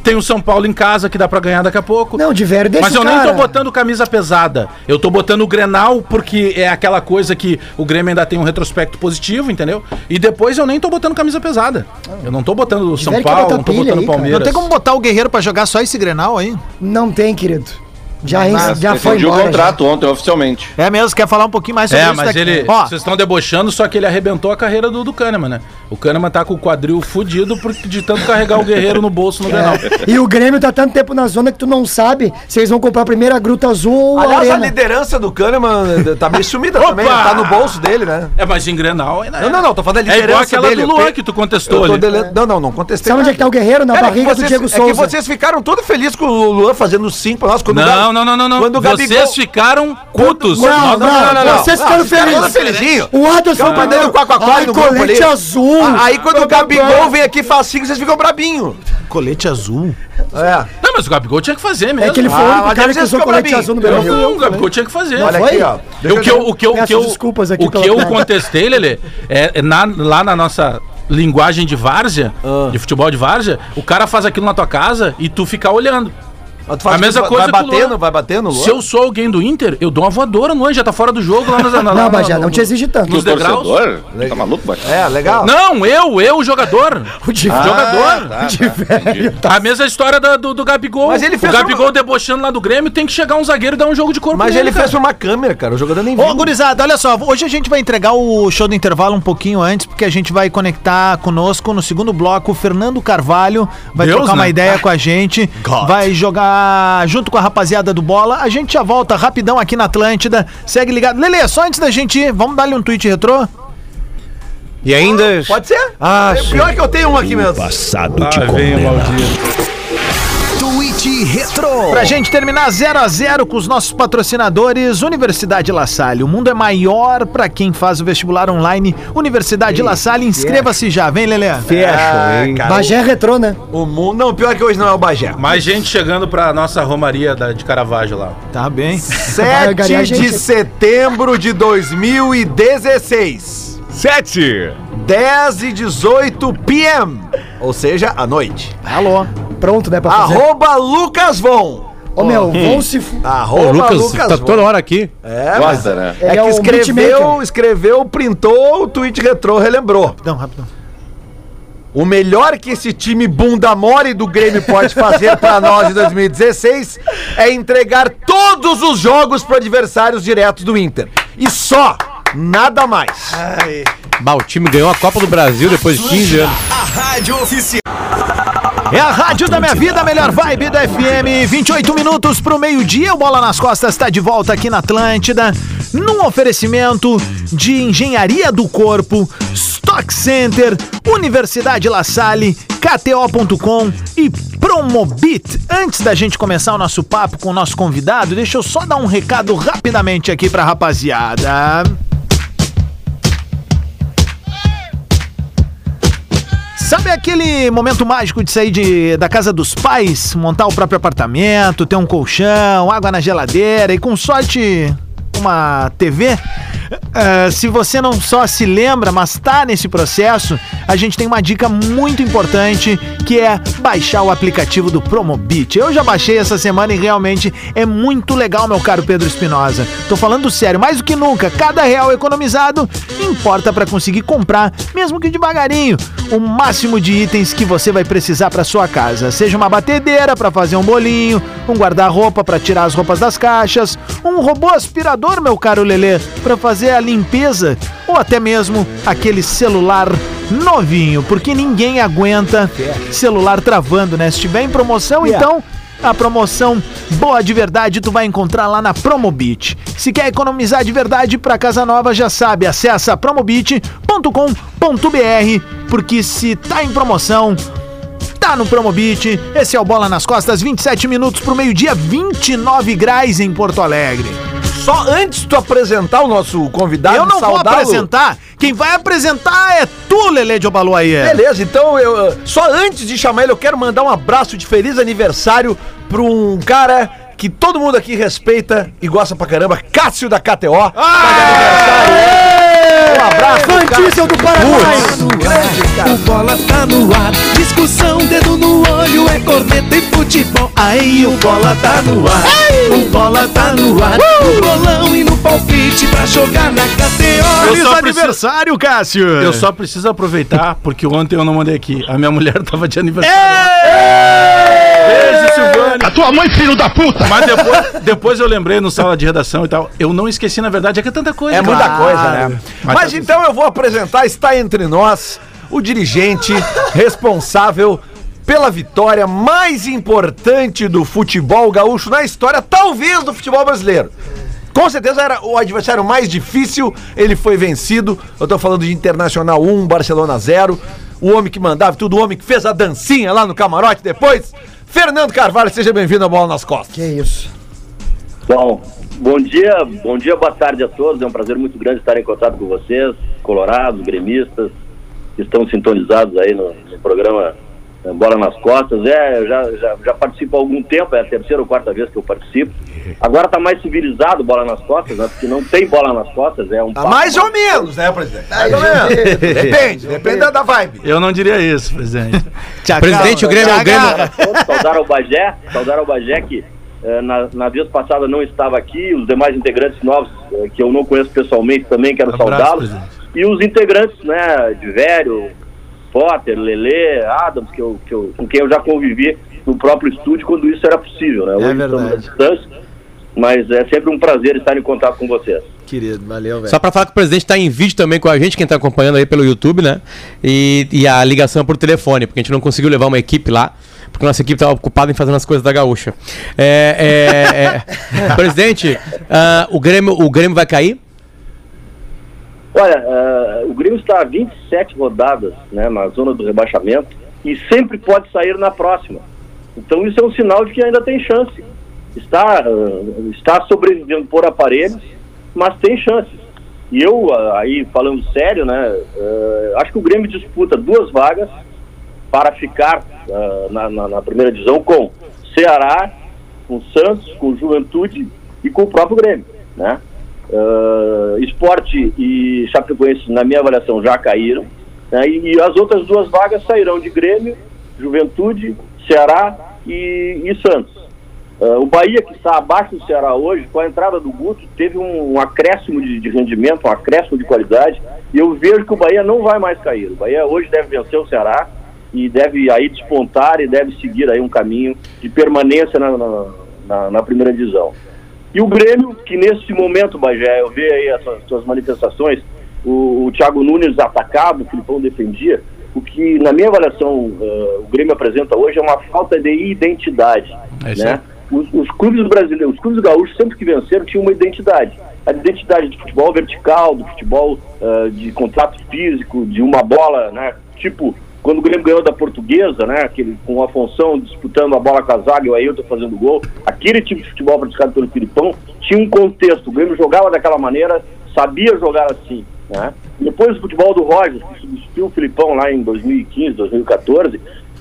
Tem o São Paulo em casa que dá pra ganhar daqui a pouco. Não, de velho deixa Mas eu o nem cara. tô botando camisa pesada. Eu tô botando o Grenal porque é aquela coisa que o Grêmio ainda tem um retrospecto positivo, entendeu? E depois eu nem tô botando camisa pesada. Eu não tô botando o São velho quer Paulo, botar não tô pilha botando aí, o cara. Palmeiras. Não tem como botar o Guerreiro pra jogar só esse Grenal aí? Não tem, querido. Já, Mas já foi defendi o embora. contrato ontem, oficialmente. É mesmo, quer falar um pouquinho mais sobre É, isso mas daqui? ele. Ó, Vocês estão debochando, só que ele arrebentou a carreira do, do Kahneman, né? O Kahneman tá com o quadril fudido por, de tanto carregar o Guerreiro no bolso no Grenal. E o Grêmio tá tanto tempo na zona que tu não sabe se eles vão comprar a primeira Gruta Azul ou a Aliás, a Arena. liderança do Kahneman tá meio sumida também, né? Tá no bolso dele, né? É, mas em Grenal ainda Não, não, não, tô falando da É liderança igual aquela dele. do Luan Eu que tu contestou tô ali. dele- Não, não, não contestei. Sabe onde é que tá o Guerreiro? Na Cara, barriga é que vocês, do Diego é que Souza. vocês ficaram todos felizes com o Luan fazendo cinco pra nós. Quando o Não, Gab- não, não, não, não. Quando o Gabigol... Vocês ficaram putos. Não, Nós não, não, não, não. Vocês Ah, ficaram vocês ficaram felizes. todos felizinhos. O Anderson Ficam mandando mandando quaquaquá Ai, no grupo colete ali. azul. Ah, Aí quando o Gabigol vem aqui e faz cinco, vocês ficam brabinho. colete azul. É. Não, mas o Gabigol tinha que fazer mesmo. É que ele foi Ah, o único mas cara eles que usou ficam colete pra mim. azul no Eu Brasil. não, o Gabigol tinha que fazer. Olha foi? aqui, ó. Deixa O que eu, o que eu, o Peço que eu, desculpas aqui o pela que eu piada. contestei, Lelê, é é na- lá na nossa linguagem de várzea, Ah. de futebol de várzea, o cara faz aquilo na tua casa e tu fica olhando. Mas tu faz A mesma vai- coisa vai que o batendo, Luan. vai batendo, Luan? Se eu sou alguém do Inter, eu dou uma voadora no Luan, já tá fora do jogo lá nas, na, Não, Bajé, não te exige tanto. nos O degraus. torcedor? Tá maluco, Bajé? É, legal. Não, eu, eu, o jogador. O de Ah, jogador. tá, de tá, velho. A mesma história da- do, do Gabigol. Mas ele fez o Gabigol uma- debochando lá do Grêmio, tem que chegar um zagueiro e dar um jogo de corpo Mas nele, ele cara. fez pra uma câmera, cara. O jogador nem viu. Ô, gurizada, olha só, hoje a gente vai entregar o show do intervalo um pouquinho antes, porque a gente vai conectar conosco no segundo bloco o Fernando Carvalho, vai Deus, trocar uma né? ideia com a gente, God. vai jogar junto com a rapaziada do Bola. A gente já volta rapidão aqui na Atlântida, segue ligado. Lelê, só antes da gente ir, vamos dar-lhe um tweet retrô? E ainda. Pode ser? Ah, É pior que eu tenho um aqui mesmo. Passado Ah, te venha, condena. maldito. Tweet Retro. Pra gente terminar zero a zero com os nossos patrocinadores, Universidade La Salle. O mundo é maior pra quem faz o vestibular online. Universidade La Salle, inscreva-se já. Vem, Lelê. Fecha, hein, cara. Bagé é retrô, né? O mundo... Não, pior que hoje não é o Bagé. Mais gente chegando pra nossa romaria da- de Caravaggio lá. Tá bem. Vai ganhar sete de gente. setembro de dois mil e dezesseis. Sete. dez e dezoito p m Ou seja, à noite. Alô. Pronto, né, pra fazer. Arroba Lucas Von. Ô, meu, vão se... fu- Arroba Ô, Lucas, Lucas tá Von. toda hora aqui. É, mas Gosta, né? é Ele que é o escreveu, beatmaker. escreveu, printou, o tweet retrô relembrou. Rapidão, rapidão. O melhor que esse time bunda mole do Grêmio pode fazer pra nós em dois mil e dezesseis é entregar todos os jogos para adversários diretos do Inter. E só, nada mais. Bah, o time ganhou a Copa do Brasil depois de quinze anos. É a rádio da minha vida, a melhor vibe da F M. vinte e oito minutos pro meio-dia. O Bola nas Costas está de volta aqui na Atlântida. Num oferecimento de Engenharia do Corpo, Stock Center, Universidade La Salle, K T O ponto com e Promobit. Antes da gente começar o nosso papo com o nosso convidado, deixa eu só dar um recado rapidamente aqui pra rapaziada. Sabe aquele momento mágico de sair de, da casa dos pais, montar o próprio apartamento, ter um colchão, água na geladeira e com sorte uma T V? Uh, se você não só se lembra, mas tá nesse processo, a gente tem uma dica muito importante, que é baixar o aplicativo do Promobit. Eu já baixei essa semana e realmente é muito legal, meu caro Pedro Espinosa. Tô falando sério, mais do que nunca, cada real economizado importa para conseguir comprar, mesmo que devagarinho, o máximo de itens que você vai precisar para sua casa. Seja uma batedeira para fazer um bolinho, um guarda-roupa para tirar as roupas das caixas, um robô aspirador, meu caro Lelê, para fazer a limpeza, ou até mesmo aquele celular novinho, porque ninguém aguenta celular travando, né? Se estiver em promoção, então a promoção boa de verdade tu vai encontrar lá na Promobit. Se quer economizar de verdade para casa nova, já sabe, acessa promobit ponto com ponto b r, porque se tá em promoção, tá no Promobit. Esse é o Bola nas Costas, vinte e sete minutos pro meio-dia, vinte e nove graus em Porto Alegre. Só antes de tu apresentar o nosso convidado, Eu não vou saudá-lo- apresentar, quem vai apresentar é tu, Lelê de Obaluayê. Beleza, então eu só antes de chamar ele, eu quero mandar um abraço de feliz aniversário pra um cara que todo mundo aqui respeita e gosta pra caramba, Cássio da K T O. Tá de aniversário. Um abraço, Santíssimo do Paraguai. Grande, cara. O Bola tá no ar discussão, dedo no olho, é corneta e futebol. Aí o Bola tá no ar, o Bola tá no ar, no bolão e no palpite pra jogar na K T O. Feliz só aniversário, Cássio! Eu só preciso aproveitar, porque ontem eu não mandei aqui. A minha mulher tava de aniversário. Beijo, Silvane. A tua mãe, filho da puta! Mas depois, depois eu lembrei no sala de redação e tal. Eu não esqueci, na verdade, é que é tanta coisa. É muita Claro. coisa, né? Mas Mas tá então eu vou apresentar, está entre nós, o dirigente responsável pela vitória mais importante do futebol gaúcho na história, talvez do futebol brasileiro. Com certeza era o adversário mais difícil, ele foi vencido. Eu tô falando de Internacional um, Barcelona zero. O homem que mandava tudo, o homem que fez a dancinha lá no camarote depois. Fernando Carvalho, seja bem-vindo à Bola nas Costas. Que isso. Bom, bom dia, bom dia, boa tarde a todos. É um prazer muito grande estar em contato com vocês, colorados, gremistas, que estão sintonizados aí no, no programa Bola nas Costas. É, eu já, já, já participo há algum tempo, é a terceira ou quarta vez que eu participo. Agora tá mais civilizado Bola nas Costas, né? Porque não tem Bola nas Costas, é um Tá mais ou menos, né, presidente? Mais ou menos. Depende, depende da, da vibe. Eu não diria isso, presidente. Presidente, o Grêmio, o Grêmio. Saudar ao Bagé, saudar ao Bagé que eh, na, na vez passada não estava aqui, os demais integrantes novos, eh, que eu não conheço pessoalmente também, quero Abraço, saudá-los. presidente. E os integrantes, né, de Velho, Potter, Lelê, Adams, que eu, que eu, com quem eu já convivi no próprio estúdio quando isso era possível, né? Hoje É verdade. estamos à distância, mas é sempre um prazer estar em contato com vocês. Querido, valeu, velho. Só pra falar que o presidente tá em vídeo também com a gente, quem tá acompanhando aí pelo YouTube, né? E, e a ligação é por telefone, porque a gente não conseguiu levar uma equipe lá, porque nossa equipe tava ocupada em fazendo as coisas da Gaúcha. É, é, é. Presidente, uh, o, Grêmio, o Grêmio vai cair? Olha, uh, o Grêmio está há vinte e sete rodadas, né, na zona do rebaixamento e sempre pode sair na próxima. Então isso é um sinal de que ainda tem chance. Está, uh, está sobrevivendo por aparelhos, mas tem chances. E eu, uh, aí falando sério, né, uh, acho que o Grêmio disputa duas vagas para ficar uh, na, na, na primeira divisão com Ceará, com Santos, com Juventude e com o próprio Grêmio, né? Uh, Sport e Chapecoense, na minha avaliação, já caíram, né? e, e as outras duas vagas sairão de Grêmio, Juventude, Ceará e, e Santos. Uh, o Bahia, que está abaixo do Ceará hoje, com a entrada do Guto, teve um, um acréscimo de, de rendimento, um acréscimo de qualidade, e eu vejo que o Bahia não vai mais cair. O Bahia hoje deve vencer o Ceará e deve aí despontar e deve seguir aí um caminho de permanência na, na, na, na primeira divisão. E o Grêmio, que nesse momento, Bagé, eu vejo aí as suas manifestações, o, o Thiago Nunes atacava, o Filipão defendia, o que, na minha avaliação, uh, o Grêmio apresenta hoje é uma falta de identidade, é né? Os, os clubes brasileiros, os clubes gaúchos, sempre que venceram, tinham uma identidade. A identidade de futebol vertical, do futebol uh, de contato físico, de uma bola, né? Tipo, quando o Grêmio ganhou da Portuguesa, né, aquele, com o Afonso disputando a bola com a zaga e o Ailton fazendo gol, aquele tipo de futebol praticado pelo Filipão tinha um contexto. O Grêmio jogava daquela maneira, sabia jogar assim, né? E depois o futebol do Rogers, que substituiu o Filipão lá em dois mil e quinze, dois mil e quatorze,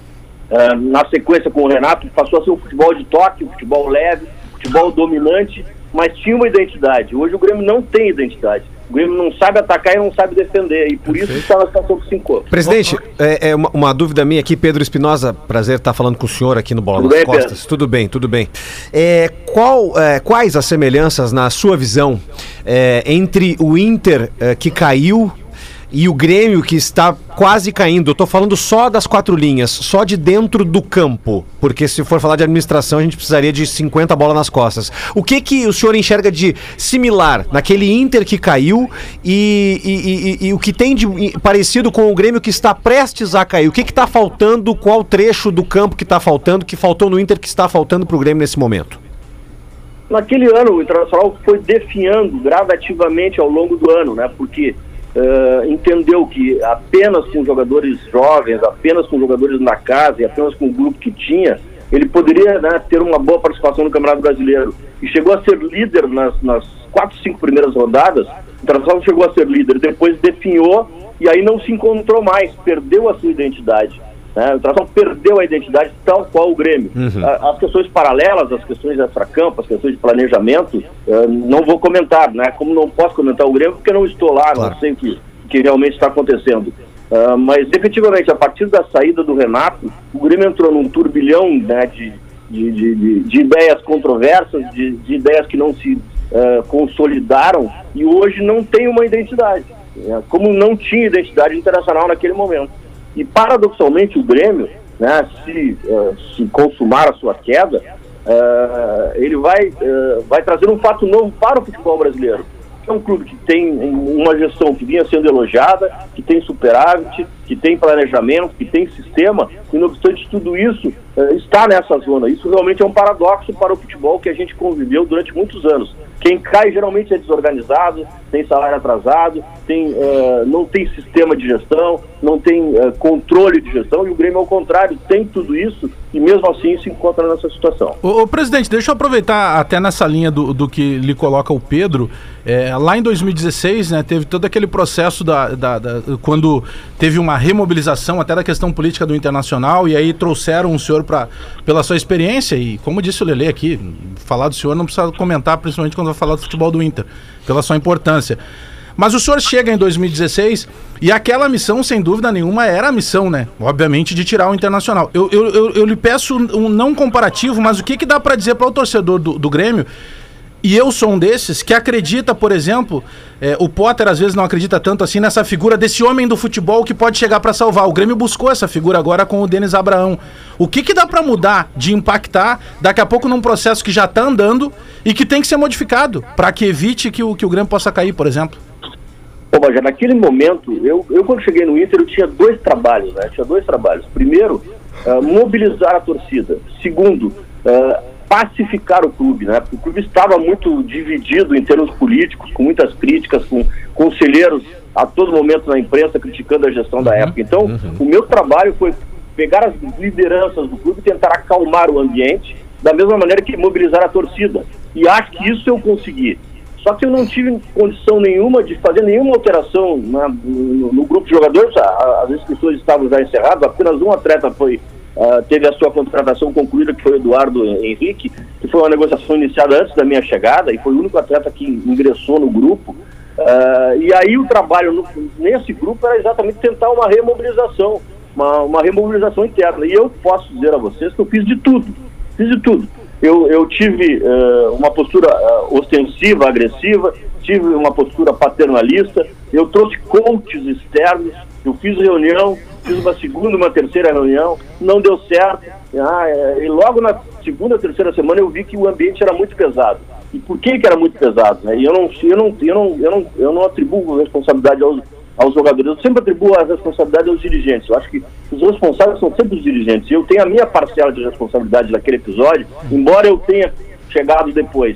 uh, na sequência com o Renato, passou a ser um futebol de toque, um futebol leve, futebol dominante, mas tinha uma identidade. Hoje o Grêmio não tem identidade. O Grêmio não sabe atacar e não sabe defender, e por isso está na situação do cinco. Presidente, é, é uma, uma dúvida minha aqui, Pedro Espinosa, prazer estar falando com o senhor aqui no Bola Tudo nas bem, Costas. Pedro? Tudo bem, tudo bem. É, qual, é, quais as semelhanças, na sua visão, é, entre o Inter é, que caiu e o Grêmio que está quase caindo? Eu tô falando só das quatro linhas, só de dentro do campo, porque se for falar de administração a gente precisaria de cinquenta bolas nas costas. O que que o senhor enxerga de similar naquele Inter que caiu e, e, e, e o que tem de parecido com o Grêmio que está prestes a cair? O que que tá faltando? Qual trecho do campo que está faltando, que faltou no Inter, que está faltando para o Grêmio nesse momento? Naquele ano o Internacional foi definhando gradativamente ao longo do ano, né? Porque Uh, entendeu que apenas com jogadores jovens, apenas com jogadores na casa e apenas com o grupo que tinha, ele poderia, né, ter uma boa participação no Campeonato Brasileiro. E chegou a ser líder nas, nas quatro, cinco primeiras rodadas. O Internacional chegou a ser líder, depois definhou e aí não se encontrou mais, perdeu a sua identidade. Né? O Internacional perdeu a identidade tal qual o Grêmio. Uhum. As questões paralelas, as questões extra-campo, as questões de planejamento, uh, não vou comentar, né? Como não posso comentar o Grêmio porque não estou lá, claro. Não sei o que, que realmente está acontecendo. Uh, mas efetivamente, a partir da saída do Renato, o Grêmio entrou num turbilhão, né, de, de, de, de, de ideias controversas, de, de ideias que não se uh, consolidaram, e hoje não tem uma identidade, né, como não tinha identidade internacional naquele momento. E paradoxalmente o Grêmio, né, se, uh, se consumar a sua queda, uh, ele vai, uh, vai trazer um fato novo para o futebol brasileiro. É um clube que tem uma gestão que vinha sendo elogiada, que tem superávit, que tem planejamento, que tem sistema, e não obstante tudo isso, uh, está nessa zona. Isso realmente é um paradoxo para o futebol que a gente conviveu durante muitos anos. Quem cai geralmente é desorganizado, tem salário atrasado, tem, uh, não tem sistema de gestão, não tem uh, controle de gestão, e o Grêmio, ao contrário, tem tudo isso e mesmo assim se encontra nessa situação. Ô, ô presidente, deixa eu aproveitar até nessa linha do, do que lhe coloca o Pedro. É, lá em dois mil e dezesseis, né, teve todo aquele processo da, da, da, quando teve uma remobilização até da questão política do Internacional, e aí trouxeram o senhor pra, pela sua experiência, e como disse o Lelê aqui, falar do senhor não precisa comentar, principalmente quando vai falar do futebol do Inter, pela sua importância. Mas o senhor chega em dois mil e dezesseis e aquela missão, sem dúvida nenhuma, era a missão, né? Obviamente, de tirar o Internacional. Eu, eu, eu, eu lhe peço um não comparativo, mas o que, que dá para dizer para o torcedor do, do Grêmio? E eu sou um desses que acredita, por exemplo, é, o Potter às vezes não acredita tanto assim nessa figura desse homem do futebol que pode chegar para salvar. O Grêmio buscou essa figura agora com o Denis Abraão. O que, que dá para mudar, de impactar, daqui a pouco num processo que já está andando e que tem que ser modificado para que evite que o, que o Grêmio possa cair, por exemplo? Bom, mas já naquele momento, eu, eu quando cheguei no Inter, eu tinha dois trabalhos, né? Eu tinha dois trabalhos. Primeiro, uh, mobilizar a torcida. Segundo, uh, pacificar o clube, né? Porque o clube estava muito dividido em termos políticos, com muitas críticas, com conselheiros a todo momento na imprensa criticando a gestão da época. Então, uhum. o meu trabalho foi pegar as lideranças do clube e tentar acalmar o ambiente, da mesma maneira que mobilizar a torcida. E acho que isso eu consegui. Só que eu não tive condição nenhuma de fazer nenhuma alteração na, no, no grupo de jogadores. As inscrições estavam já encerradas, apenas um atleta foi, uh, teve a sua contratação concluída, que foi o Eduardo Henrique, que foi uma negociação iniciada antes da minha chegada, e foi o único atleta que ingressou no grupo. Uh, e aí o trabalho no, nesse grupo era exatamente tentar uma remobilização, uma, uma remobilização interna. E eu posso dizer a vocês que eu fiz de tudo, fiz de tudo. Eu, eu tive uh, uma postura uh, ostensiva, agressiva, tive uma postura paternalista, eu trouxe coaches externos, eu fiz reunião, fiz uma segunda, uma terceira reunião, não deu certo, ah, e logo na segunda, terceira semana eu vi que o ambiente era muito pesado. E por que que era muito pesado? Né? E eu não, eu, não, eu, não, eu, não, eu não atribuo responsabilidade aos, aos jogadores, eu sempre atribuo a responsabilidade aos dirigentes. Eu acho que os responsáveis são sempre os dirigentes. E eu tenho a minha parcela de responsabilidade naquele episódio, embora eu tenha chegado depois.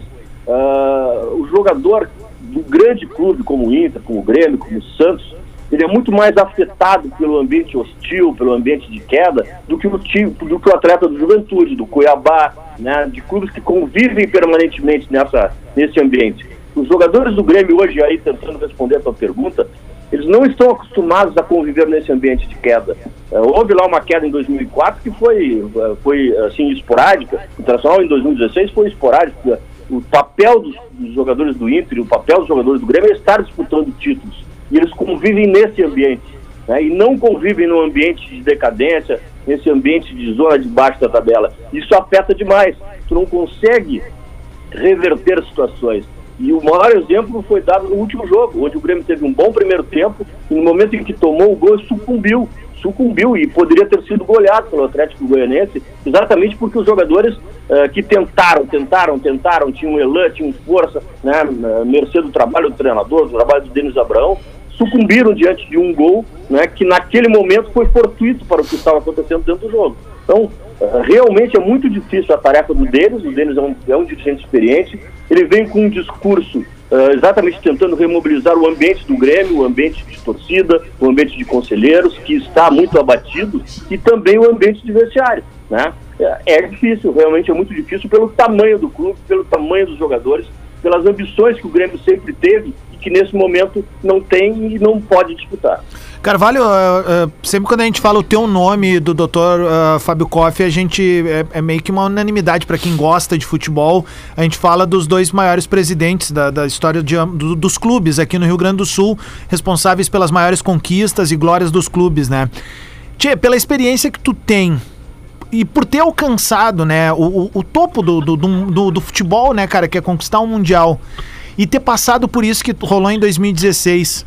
Uh, o jogador do grande clube como o Inter, como o Grêmio, como o Santos, ele é muito mais afetado pelo ambiente hostil, pelo ambiente de queda, do que o, tipo, do que o atleta do Juventude, do Cuiabá, né, de clubes que convivem permanentemente nessa, nesse ambiente. Os jogadores do Grêmio hoje, aí tentando responder a tua pergunta, eles não estão acostumados a conviver nesse ambiente de queda. Uh, houve lá uma queda em dois mil e quatro que foi, uh, foi assim, esporádica. O Internacional em dois mil e dezesseis foi esporádico. Uh, o papel dos, dos jogadores do Inter, o papel dos jogadores do Grêmio é estar disputando títulos. E eles convivem nesse ambiente, né, e não convivem num ambiente de decadência, nesse ambiente de zona de baixo da tabela. Isso afeta demais. Tu não consegue reverter situações. E o maior exemplo foi dado no último jogo, onde o Grêmio teve um bom primeiro tempo, e no momento em que tomou o gol, sucumbiu, sucumbiu, e poderia ter sido goleado pelo Atlético Goianiense, exatamente porque os jogadores uh, que tentaram, tentaram, tentaram, tinham elan, tinham força, né, mercê do trabalho do treinador, do trabalho do Denis Abraão, sucumbiram diante de um gol, né, que naquele momento foi fortuito para o que estava acontecendo dentro do jogo. Então, uh, realmente é muito difícil a tarefa do Denis. O Denis é um, é um dirigente experiente, ele vem com um discurso uh, exatamente tentando remobilizar o ambiente do Grêmio, o ambiente de torcida, o ambiente de conselheiros, que está muito abatido, e também o ambiente de vestiário, né? É, é difícil, realmente é muito difícil pelo tamanho do clube, pelo tamanho dos jogadores, pelas ambições que o Grêmio sempre teve e que nesse momento não tem e não pode disputar. Carvalho, uh, uh, sempre quando a gente fala o teu nome do doutor uh, Fábio Koff, a gente é, é meio que uma unanimidade para quem gosta de futebol. A gente fala dos dois maiores presidentes da, da história de, do, dos clubes aqui no Rio Grande do Sul, responsáveis pelas maiores conquistas e glórias dos clubes, né? Tchê, pela experiência que tu tem e por ter alcançado, né, o, o, o topo do, do, do, do futebol, né, cara, que é conquistar um mundial, e ter passado por isso que rolou em dois mil e dezesseis,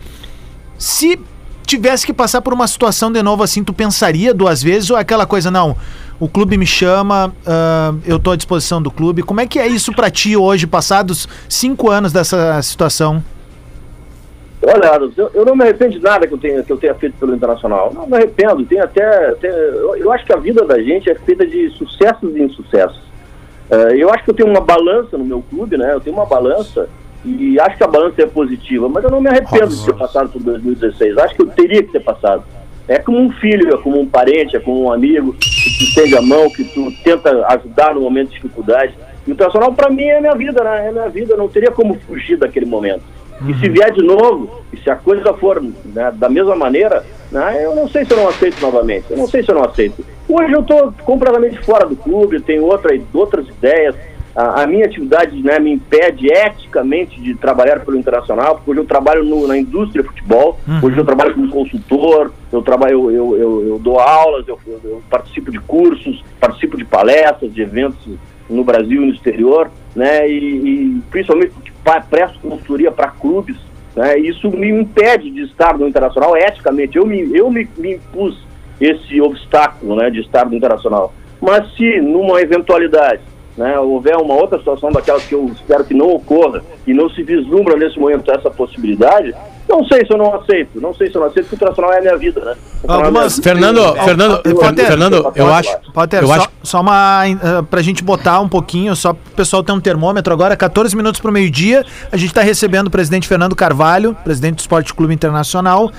se tivesse que passar por uma situação de novo assim, tu pensaria duas vezes ou aquela coisa, não, o clube me chama, uh, eu tô à disposição do clube? Como é que é isso pra ti hoje, passados cinco anos dessa situação? Olha, eu, eu não me arrependo de nada que eu tenha, que eu tenha feito pelo Internacional. Não me arrependo, tem até, até eu, eu acho que a vida da gente é feita de sucessos e insucessos. Uh, eu acho que eu tenho uma balança no meu clube, né? Eu tenho uma balança e acho que a balança é positiva, mas eu não me arrependo Nossa. de ter passado por dois mil e dezesseis. Acho que eu teria que ter passado. É como um filho, é como um parente, é como um amigo que te estende a mão, que tu tenta ajudar no momento de dificuldade. E o Internacional, para mim, é minha vida, né? É minha vida, eu não teria como fugir daquele momento. Uhum. E se vier de novo, e se a coisa for, né, da mesma maneira, né, eu não sei se eu não aceito novamente. Eu não sei se eu não aceito. Hoje eu estou completamente fora do clube, tenho outra, outras ideias. A, a minha atividade, né, me impede eticamente de trabalhar pelo Internacional, porque hoje eu trabalho no, na indústria de futebol, uhum. hoje eu trabalho como consultor, eu, trabalho, eu, eu, eu, eu dou aulas, eu, eu, eu participo de cursos, participo de palestras, de eventos no Brasil e no exterior, né, e, e principalmente porque presto consultoria para clubes, né, e isso me impede de estar no Internacional eticamente. Eu me, eu me, me impus esse obstáculo, né, de estar no Internacional. Mas se numa eventualidade, né, houver uma outra situação daquelas que eu espero que não ocorra e não se vislumbra nesse momento essa possibilidade, não sei se eu não aceito, não sei se eu não aceito, porque o Internacional é a minha vida, né? Algumas... Fernando, Fernando, Fernando, Fernando, Fernando, eu acho... Potter, eu só, acho... só uma... Uh, pra gente botar um pouquinho, só pro pessoal ter um termômetro agora, catorze minutos pro meio-dia, a gente tá recebendo o presidente Fernando Carvalho, presidente do Esporte Clube Internacional.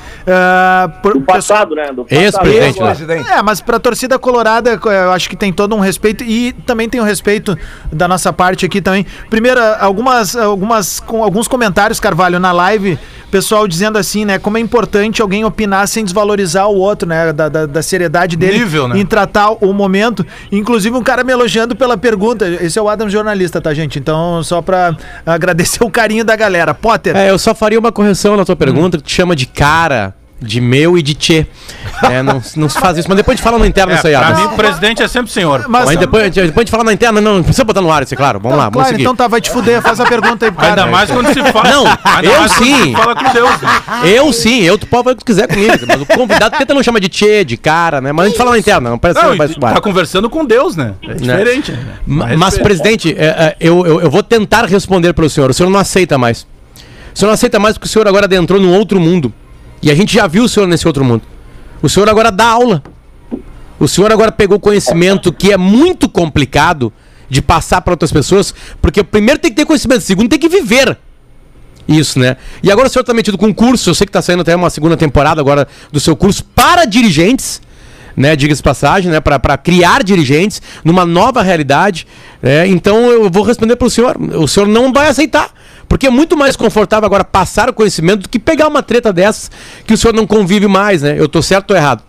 Uh, por, do passado, né? Do passado. Ex-presidente, né? É, mas pra torcida colorada, eu acho que tem todo um respeito e também tem um respeito da nossa parte aqui também. Primeiro, algumas, algumas, com alguns comentários, Carvalho, na live, pessoal dizendo assim, né, como é importante alguém opinar sem desvalorizar o outro, né, da, da, da seriedade dele Nível, né? em tratar o momento. Inclusive um cara me elogiando pela pergunta. Esse é o Adam Jornalista, tá, gente? Então, só pra agradecer o carinho da galera. Potter. É, eu só faria uma correção na tua pergunta, hum. que te chama de cara, de meu e de tchê. É, não, não se faz isso, mas depois a gente fala na interna, é, isso aí. Pra Adam. mim, o presidente é sempre senhor. Mas, mas depois, depois a gente fala na interna, não, não precisa botar no ar isso, é claro. Vamos não, lá, claro, vamos seguir. Então tá, vai te fuder, faz a pergunta aí pro cara. Ainda mais quando se fala. Não, Ainda eu mais sim. Quando se fala com Deus. Né? Eu sim, eu tu pode fazer o que tu quiser comigo, mas o convidado tenta não chamar de tchê, de cara, né? Mas a gente fala na interna, não parece não, que vai subar. Tá conversando com Deus, né? É diferente. Né? Mas, mas presidente, é, é, eu, eu, eu vou tentar responder pelo senhor. O senhor não aceita mais. O senhor não aceita mais porque o senhor agora adentrou num outro mundo. E a gente já viu o senhor nesse outro mundo. O senhor agora dá aula. O senhor agora pegou conhecimento que é muito complicado de passar para outras pessoas, porque primeiro tem que ter conhecimento, segundo tem que viver isso, né? E agora o senhor está metido com um curso, eu sei que está saindo até uma segunda temporada agora do seu curso para dirigentes, né? Diga-se passagem, né? Para criar dirigentes numa nova realidade. Né? Então eu vou responder para o senhor. O senhor não vai aceitar. Porque é muito mais confortável agora passar o conhecimento do que pegar uma treta dessas que o senhor não convive mais, né? Eu tô certo ou errado?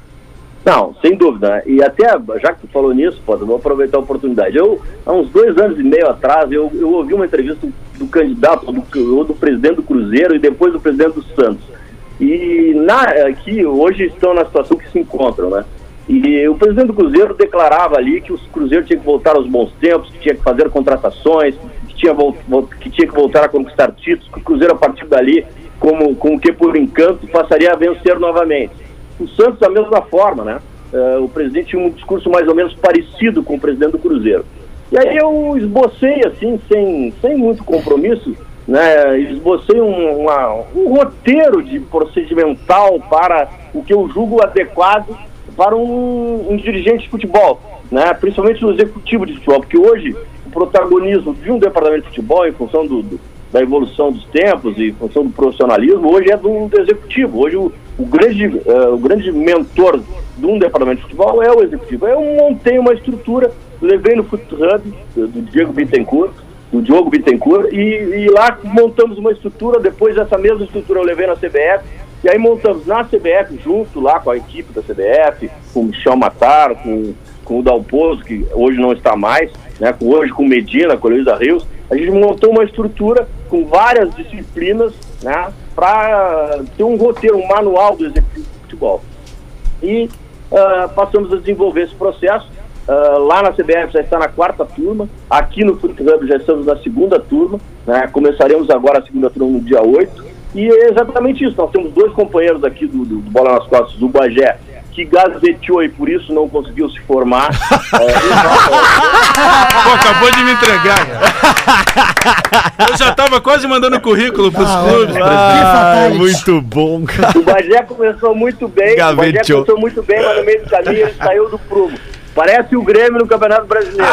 Não, sem dúvida. E até, já que tu falou nisso, pô, eu vou aproveitar a oportunidade. Eu, há uns dois anos e meio atrás, eu, eu ouvi uma entrevista do candidato, do, ou do presidente do Cruzeiro e depois do presidente do Santos. E na, aqui, hoje estão na situação que se encontram, né? E o presidente do Cruzeiro declarava ali que o Cruzeiro tinha que voltar aos bons tempos, que tinha que fazer contratações, que tinha, que tinha que voltar a conquistar títulos, que o Cruzeiro a partir dali, como, como que por encanto, passaria a vencer novamente. O Santos da mesma forma, né? Uh, o presidente tinha um discurso mais ou menos parecido com o presidente do Cruzeiro. E aí eu esbocei, assim, sem, sem muito compromisso, né? Esbocei um, uma, um roteiro de procedimental para o que eu julgo adequado para um, um dirigente de futebol, né? Principalmente no executivo de futebol, porque hoje o protagonismo de um departamento de futebol, em função do, do, da evolução dos tempos e em função do profissionalismo, hoje é do, do executivo. Hoje o, o, grande, uh, o grande mentor de um departamento de futebol é o executivo. Eu montei uma estrutura, levei no Foot Hub do, do Diego Bittencourt, do Diogo Bittencourt, e, e lá montamos uma estrutura. Depois dessa mesma estrutura eu levei na C B F, E aí montamos na C B F, junto lá com a equipe da C B F, com o Michel Matar, com, com o Dalpozo, que hoje não está mais, né, com, hoje com o Medina, com o Luiz Rios, a gente montou uma estrutura com várias disciplinas, né, para ter um roteiro, um manual do executivo de futebol. E uh, passamos a desenvolver esse processo. Uh, lá na C B F já está na quarta turma, aqui no Foot Hub já estamos na segunda turma, né, começaremos agora a segunda turma no dia oito. E é exatamente isso, nós temos dois companheiros aqui do, do, do Bola nas Costas, o Bagé, que gazeteou e por isso não conseguiu se formar. é, Pô, acabou de me entregar, cara. Eu já tava quase mandando currículo pros ah, clubes. Ah, muito bom, cara. O Bagé começou muito bem, gaveteou. O Bagé começou muito bem, mas no meio do caminho ele saiu do prumo. Parece o Grêmio no Campeonato Brasileiro.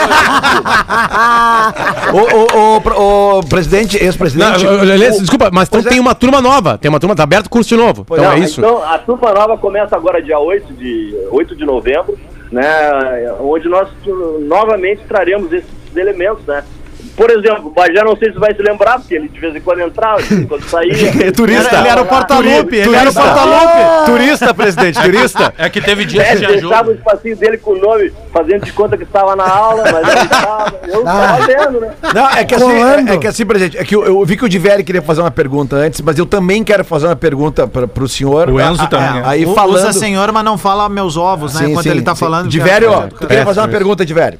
o, o, o, o presidente, ex-presidente... Desculpa, mas então tem uma turma nova. Tem uma turma, tá aberto curso de novo. Pois então não, é isso. Então a turma nova começa agora dia oito de novembro, né? Onde nós novamente traremos esses elementos, né? Por exemplo, o Bagé, não sei se vai se lembrar, porque ele de vez em quando entrava, de vez em quando saía. É turista. Ele, ele era o porta-lupe. Ele era o porta-lupe. Turista, presidente, turista. É que teve dia é, que viajou. Deixava o espacinho dele com o nome, fazendo de conta que estava na aula, mas ele estava. Eu estava ah. vendo, né? Não, é que assim, é, é que assim, presidente, é que eu, eu vi que o Diveri queria fazer uma pergunta antes, mas eu também quero fazer uma pergunta para o senhor. O Enzo a, também. A, aí falando... Usa senhor, mas não fala meus ovos, né? Sim, enquanto sim, ele tá sim. falando. Diveri, ó, tu queria fazer uma pergunta, Diveri.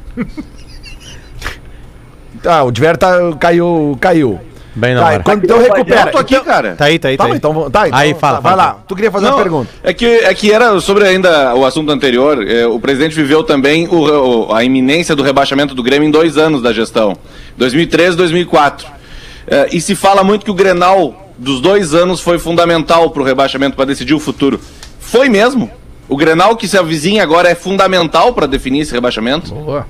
Ah, o Diver tá, caiu, caiu. Bem na tá, hora. Quando, então recupera. Eu tô aqui, cara. Tá aí, tá aí, tá aí. Tá, então, tá, então, aí fala, tá, vai fala. lá. Tu queria fazer Não, uma pergunta. É que, é que era sobre ainda o assunto anterior. É, o presidente viveu também o, o, a iminência do rebaixamento do Grêmio em dois anos da gestão. dois mil e treze e dois mil e quatro. É, e se fala muito que o Grenal dos dois anos foi fundamental pro rebaixamento, para decidir o futuro. Foi mesmo? O Grenal que se avizinha agora é fundamental para definir esse rebaixamento? Boa.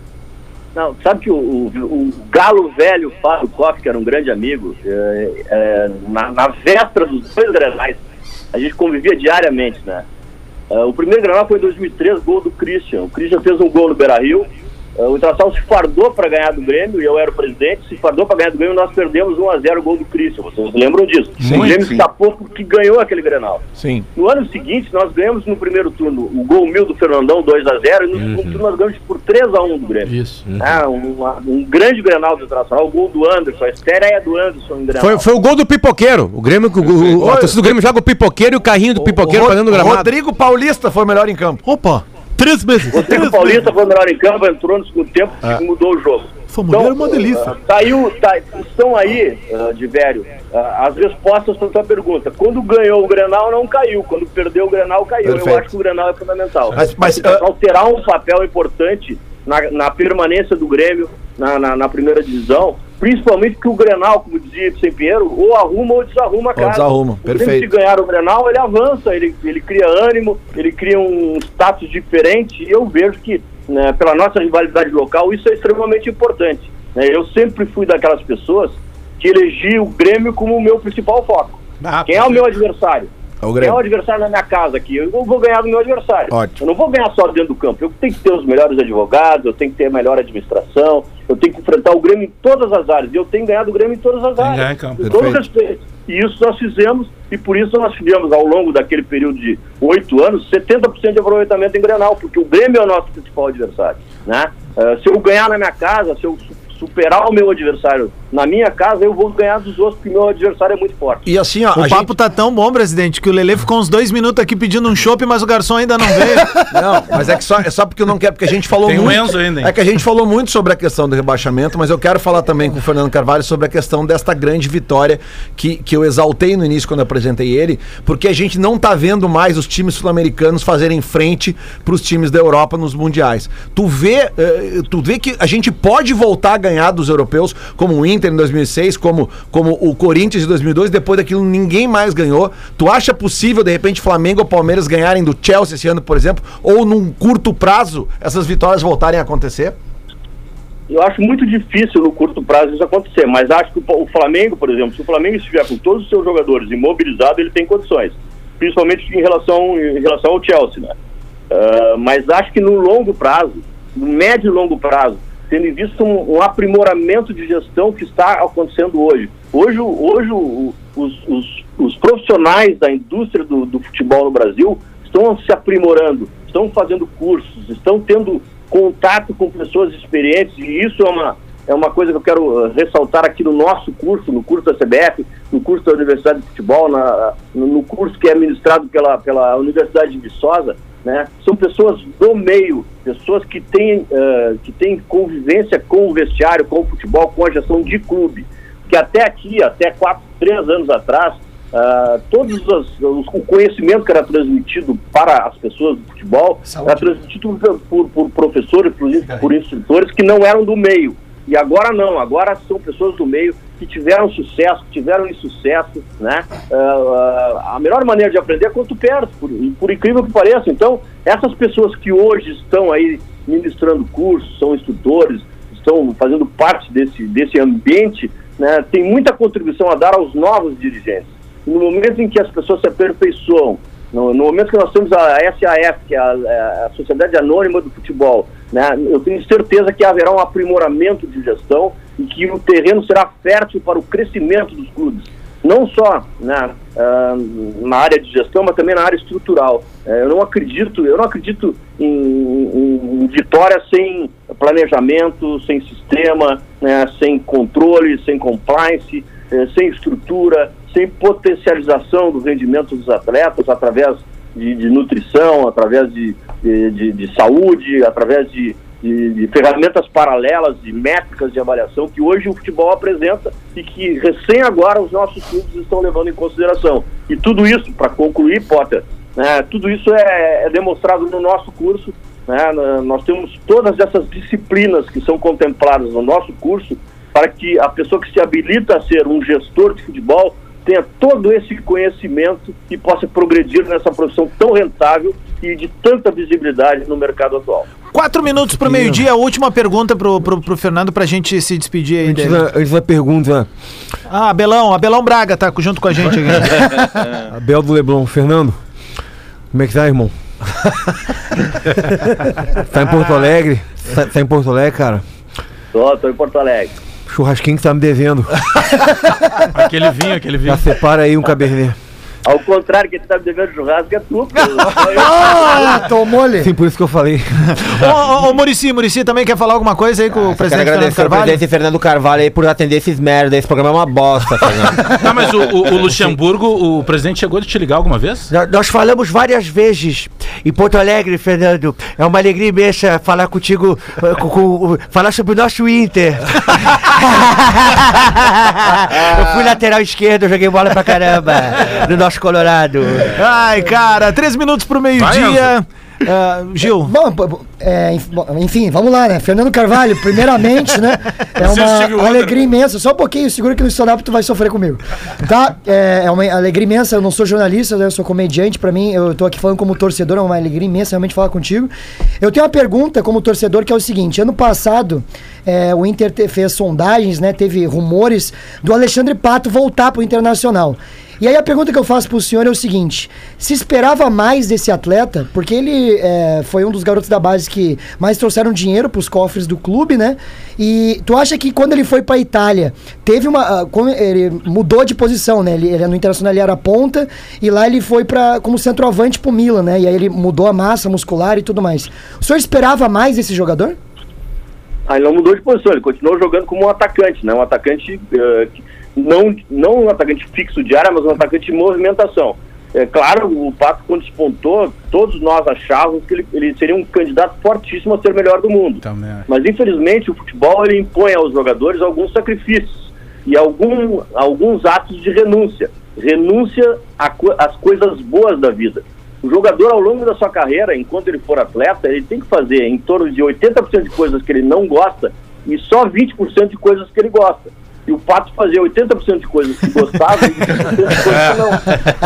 Não, sabe que o, o, o Galo Velho, Fábio Koff, que era um grande amigo, é, é, na, na véspera dos dois Grenais, a gente convivia diariamente, né? É, o primeiro Grenal foi em dois mil e três, gol do Christian. O Christian fez um gol no Beira-Rio. É, o Internacional se fardou para ganhar do Grêmio, e eu era o presidente, se fardou para ganhar do Grêmio, nós perdemos um a zero o gol do Christian. Vocês lembram disso? Sim, o Grêmio sim. escapou porque ganhou aquele Grenal. Sim. No ano seguinte, nós ganhamos no primeiro turno o gol mil do Fernandão, dois a zero, e no segundo turno nós ganhamos por três a um do Grêmio. Isso. Ah, um, um grande Grenal do Internacional, o gol do Anderson, a estreia do Anderson em Grenal. Foi, foi o gol do pipoqueiro. O Grêmio, o, o, a torcida do Grêmio joga o pipoqueiro e o carrinho do pipoqueiro fazendo o gramado. Rodrigo Paulista foi o melhor em campo. Opa, três meses. O Rodrigo Paulista foi o melhor em campo, entrou no segundo tempo e ah. mudou o jogo. Foi uma então, delícia. Uh, saiu, tá, estão aí, uh, Divério, uh, as respostas para a sua pergunta. Quando ganhou o Grenal, não caiu. Quando perdeu o Grenal, caiu. Perfeito. Eu acho que o Grenal é fundamental. Mas, mas uh... Então, terá um papel importante na, na permanência do Grêmio na, na, na primeira divisão, principalmente porque o Grenal, como dizia Sem Pinheiro, ou arruma ou desarruma a casa. Ou desarruma, perfeito. Se ganhar o Grenal, ele avança, ele, ele cria ânimo, ele cria um status diferente, e eu vejo que, né, pela nossa rivalidade local, isso é extremamente importante. Né? Eu sempre fui daquelas pessoas que elegi o Grêmio como o meu principal foco. Ah, Quem é o meu adversário? O Quem é o adversário na minha casa aqui? Eu vou ganhar do meu adversário. Ótimo. Eu não vou ganhar só dentro do campo. Eu tenho que ter os melhores advogados, eu tenho que ter a melhor administração, eu tenho que enfrentar o Grêmio em todas as áreas. E eu tenho ganhado o Grêmio em todas as áreas. Ganhar em campo. Com todo respeito. E isso nós fizemos, e por isso nós tivemos, ao longo daquele período de oito anos, setenta por cento de aproveitamento em Grenal, porque o Grêmio é o nosso principal adversário. Né? Uh, se eu ganhar na minha casa, se eu superar o meu adversário na minha casa, eu vou ganhar dos outros, porque o meu adversário é muito forte. E assim, ó, o papo gente... tá tão bom, presidente, que o Lelê ficou uns dois minutos aqui pedindo um chopp, mas o garçom ainda não veio. Não, mas é que só, é só porque eu não quero, porque a gente falou Tem muito. Um Enzo ainda, hein? É que a gente falou muito sobre a questão do rebaixamento, mas eu quero falar também com o Fernando Carvalho sobre a questão desta grande vitória que, que eu exaltei no início quando eu apresentei ele, porque a gente não tá vendo mais os times sul-americanos fazerem frente pros times da Europa nos mundiais. Tu vê, uh, tu vê que a gente pode voltar a ganhar dos europeus, como o Inter em dois mil e seis, como, como o Corinthians em dois mil e dois, depois daquilo ninguém mais ganhou. Tu acha possível, de repente, Flamengo ou Palmeiras ganharem do Chelsea esse ano, por exemplo, ou num curto prazo, essas vitórias voltarem a acontecer? Eu acho muito difícil no curto prazo isso acontecer, mas acho que o Flamengo, por exemplo, se o Flamengo estiver com todos os seus jogadores imobilizados, ele tem condições, principalmente em relação, em relação ao Chelsea, né? Uh, mas acho que no longo prazo, no médio e longo prazo, tendo em vista um, um aprimoramento de gestão que está acontecendo hoje. Hoje, hoje o, os, os, os profissionais da indústria do, do futebol no Brasil estão se aprimorando, estão fazendo cursos, estão tendo contato com pessoas experientes, e isso é uma, é uma coisa que eu quero uh, ressaltar aqui no nosso curso, no curso da C B F, no curso da Universidade de Futebol, na, no, no curso que é ministrado pela, pela Universidade de Viçosa, né? São pessoas do meio, pessoas que têm, uh, que têm convivência com o vestiário, com o futebol, com a gestão de clube, que até aqui, até quatro, três anos atrás, Uh, todos os, os, o conhecimento que era transmitido para as pessoas do futebol Saúde. Era transmitido por, por, por professores, por, por instrutores que não eram do meio. E agora não, agora são pessoas do meio que tiveram sucesso, que tiveram insucesso, né? Uh, uh, a melhor maneira de aprender é quando tu perde, por, por incrível que pareça. Então, essas pessoas que hoje estão aí ministrando cursos, são instrutores, estão fazendo parte desse, desse ambiente, né? Tem muita contribuição a dar aos novos dirigentes. No momento em que as pessoas se aperfeiçoam, no, no momento que nós temos a S A F, que é a, a Sociedade Anônima do Futebol, né, eu tenho certeza que haverá um aprimoramento de gestão e que o terreno será fértil para o crescimento dos clubes. Não só, né, uh, na área de gestão, mas também na área estrutural. Uh, eu não acredito, eu não acredito em, em, em vitória sem planejamento, sem sistema, né, sem controle, sem compliance, uh, sem estrutura, sem potencialização do rendimento dos atletas através de, de nutrição, através de, de, de, de saúde, através de, de, de ferramentas paralelas, de métricas de avaliação que hoje o futebol apresenta e que recém agora os nossos clubes estão levando em consideração. E tudo isso, para concluir, Potter, né, tudo isso é, é demonstrado no nosso curso, né, nós temos todas essas disciplinas que são contempladas no nosso curso para que a pessoa que se habilita a ser um gestor de futebol tenha todo esse conhecimento e possa progredir nessa profissão tão rentável e de tanta visibilidade no mercado atual. Quatro minutos para o meio-dia, a última pergunta pro, pro, pro Fernando pra gente se despedir aí antes dele. da, antes da pergunta. Ah, Abelão, Abelão Braga tá junto com a gente aqui. Abel do Leblon. Fernando, como é que tá, irmão? Tá em Porto Alegre? Tá, tá em Porto Alegre, cara? Tô, tô em Porto Alegre. Churrasquinho que tá me devendo. Aquele vinho, aquele vinho. Já separa aí um cabernet. Ao contrário, quem tá me devendo churrasco é tu. Ah, tomou-lhe. Sim, por isso que eu falei. Ô, ô, ô Muricy, Muricy também quer falar alguma coisa aí com ah, o presidente Fernando Carvalho? Quero agradecer ao presidente Fernando Carvalho aí por atender esses merda. Esse programa é uma bosta, Fernando. Não, mas o, o, o Luxemburgo, o presidente chegou de te ligar alguma vez? Nós falamos várias vezes em Porto Alegre, Fernando. É uma alegria imensa falar contigo, com, com, falar sobre o nosso Inter. Eu fui lateral esquerdo, joguei bola pra caramba no nosso Colorado. Ai, cara, três minutos pro meio-dia. Uh, Gil. Bom, é, enfim, vamos lá, né? Fernando Carvalho, primeiramente, né? É uma alegria imensa. Só um pouquinho, segura que no stand-up tu vai sofrer comigo. Tá? É, é uma alegria imensa. Eu não sou jornalista, eu sou comediante. Pra mim, eu tô aqui falando como torcedor, é uma alegria imensa realmente falar contigo. Eu tenho uma pergunta como torcedor que é o seguinte: ano passado, é, o Inter te, fez sondagens, né? Teve rumores do Alexandre Pato voltar pro Internacional. E aí a pergunta que eu faço pro senhor é o seguinte: se esperava mais desse atleta, porque ele é, foi um dos garotos da base que mais trouxeram dinheiro pros cofres do clube, né? E tu acha que quando ele foi pra Itália, teve uma... Uh, ele mudou de posição, né? Ele, ele no Internacional ele era ponta, e lá ele foi pra, como centroavante pro Milan, né? E aí ele mudou a massa muscular e tudo mais. O senhor esperava mais desse jogador? Ah, ele não mudou de posição, ele continuou jogando como um atacante, né? Um atacante... Uh, que... Não, não um atacante fixo de área, mas um atacante de movimentação. É claro, o Pato, quando despontou, todos nós achávamos que ele, ele seria um candidato fortíssimo a ser o melhor do mundo. Também. Mas, infelizmente, o futebol ele impõe aos jogadores alguns sacrifícios e algum, alguns atos de renúncia. Renúncia às coisas boas da vida. O jogador, ao longo da sua carreira, enquanto ele for atleta, ele tem que fazer em torno de oitenta por cento de coisas que ele não gosta e só vinte por cento de coisas que ele gosta. E o Pato fazia oitenta por cento de coisas que gostava e vinte por cento de coisas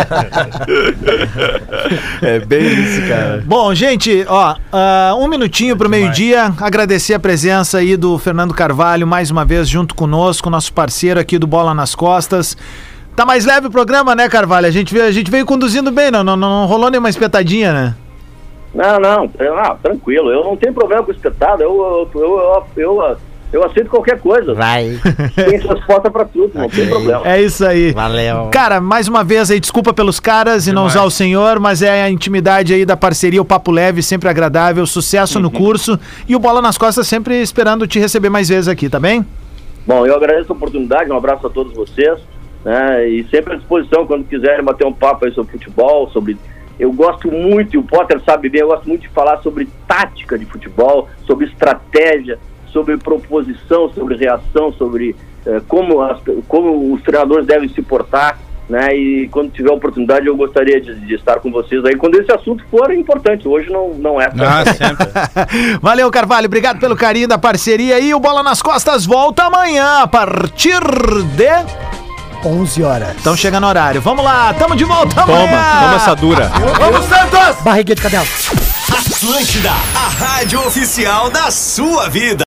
que não. É bem isso, cara. Bom, gente, ó, uh, um minutinho pro meio-dia. Agradecer a presença aí do Fernando Carvalho, mais uma vez junto conosco, nosso parceiro aqui do Bola nas Costas. Tá mais leve o programa, né, Carvalho? A gente veio, a gente veio conduzindo bem, não, não, não rolou nenhuma espetadinha, né? Não, não, não, tranquilo. Eu não tenho problema com espetada. Eu... eu, eu, eu, eu Eu aceito qualquer coisa. Vai. Tem resposta pra tudo, não tem problema. É isso aí. Valeu. Cara, mais uma vez aí, desculpa pelos caras e não usar o senhor, mas é a intimidade aí da parceria, o papo leve, sempre agradável, sucesso no curso e o Bola nas Costas sempre esperando te receber mais vezes aqui, tá bem? Bom, eu agradeço a oportunidade, um abraço a todos vocês, né, e sempre à disposição quando quiserem bater um papo aí sobre futebol, sobre... Eu gosto muito, e o Potter sabe bem, eu gosto muito de falar sobre tática de futebol, sobre estratégia, sobre proposição, sobre reação, sobre eh, como, as, como os treinadores devem se portar, né? E quando tiver oportunidade eu gostaria de, de estar com vocês aí, quando esse assunto for importante. Hoje não, não é. Ah, sempre. Valeu, Carvalho, obrigado pelo carinho da parceria e o Bola nas Costas volta amanhã a partir de... onze horas. Então chega no horário. Vamos lá, tamo de volta Toma, amanhã. toma essa dura. Vamos, Santos! Barriguinha de cadela. Atlântida, a rádio oficial da sua vida.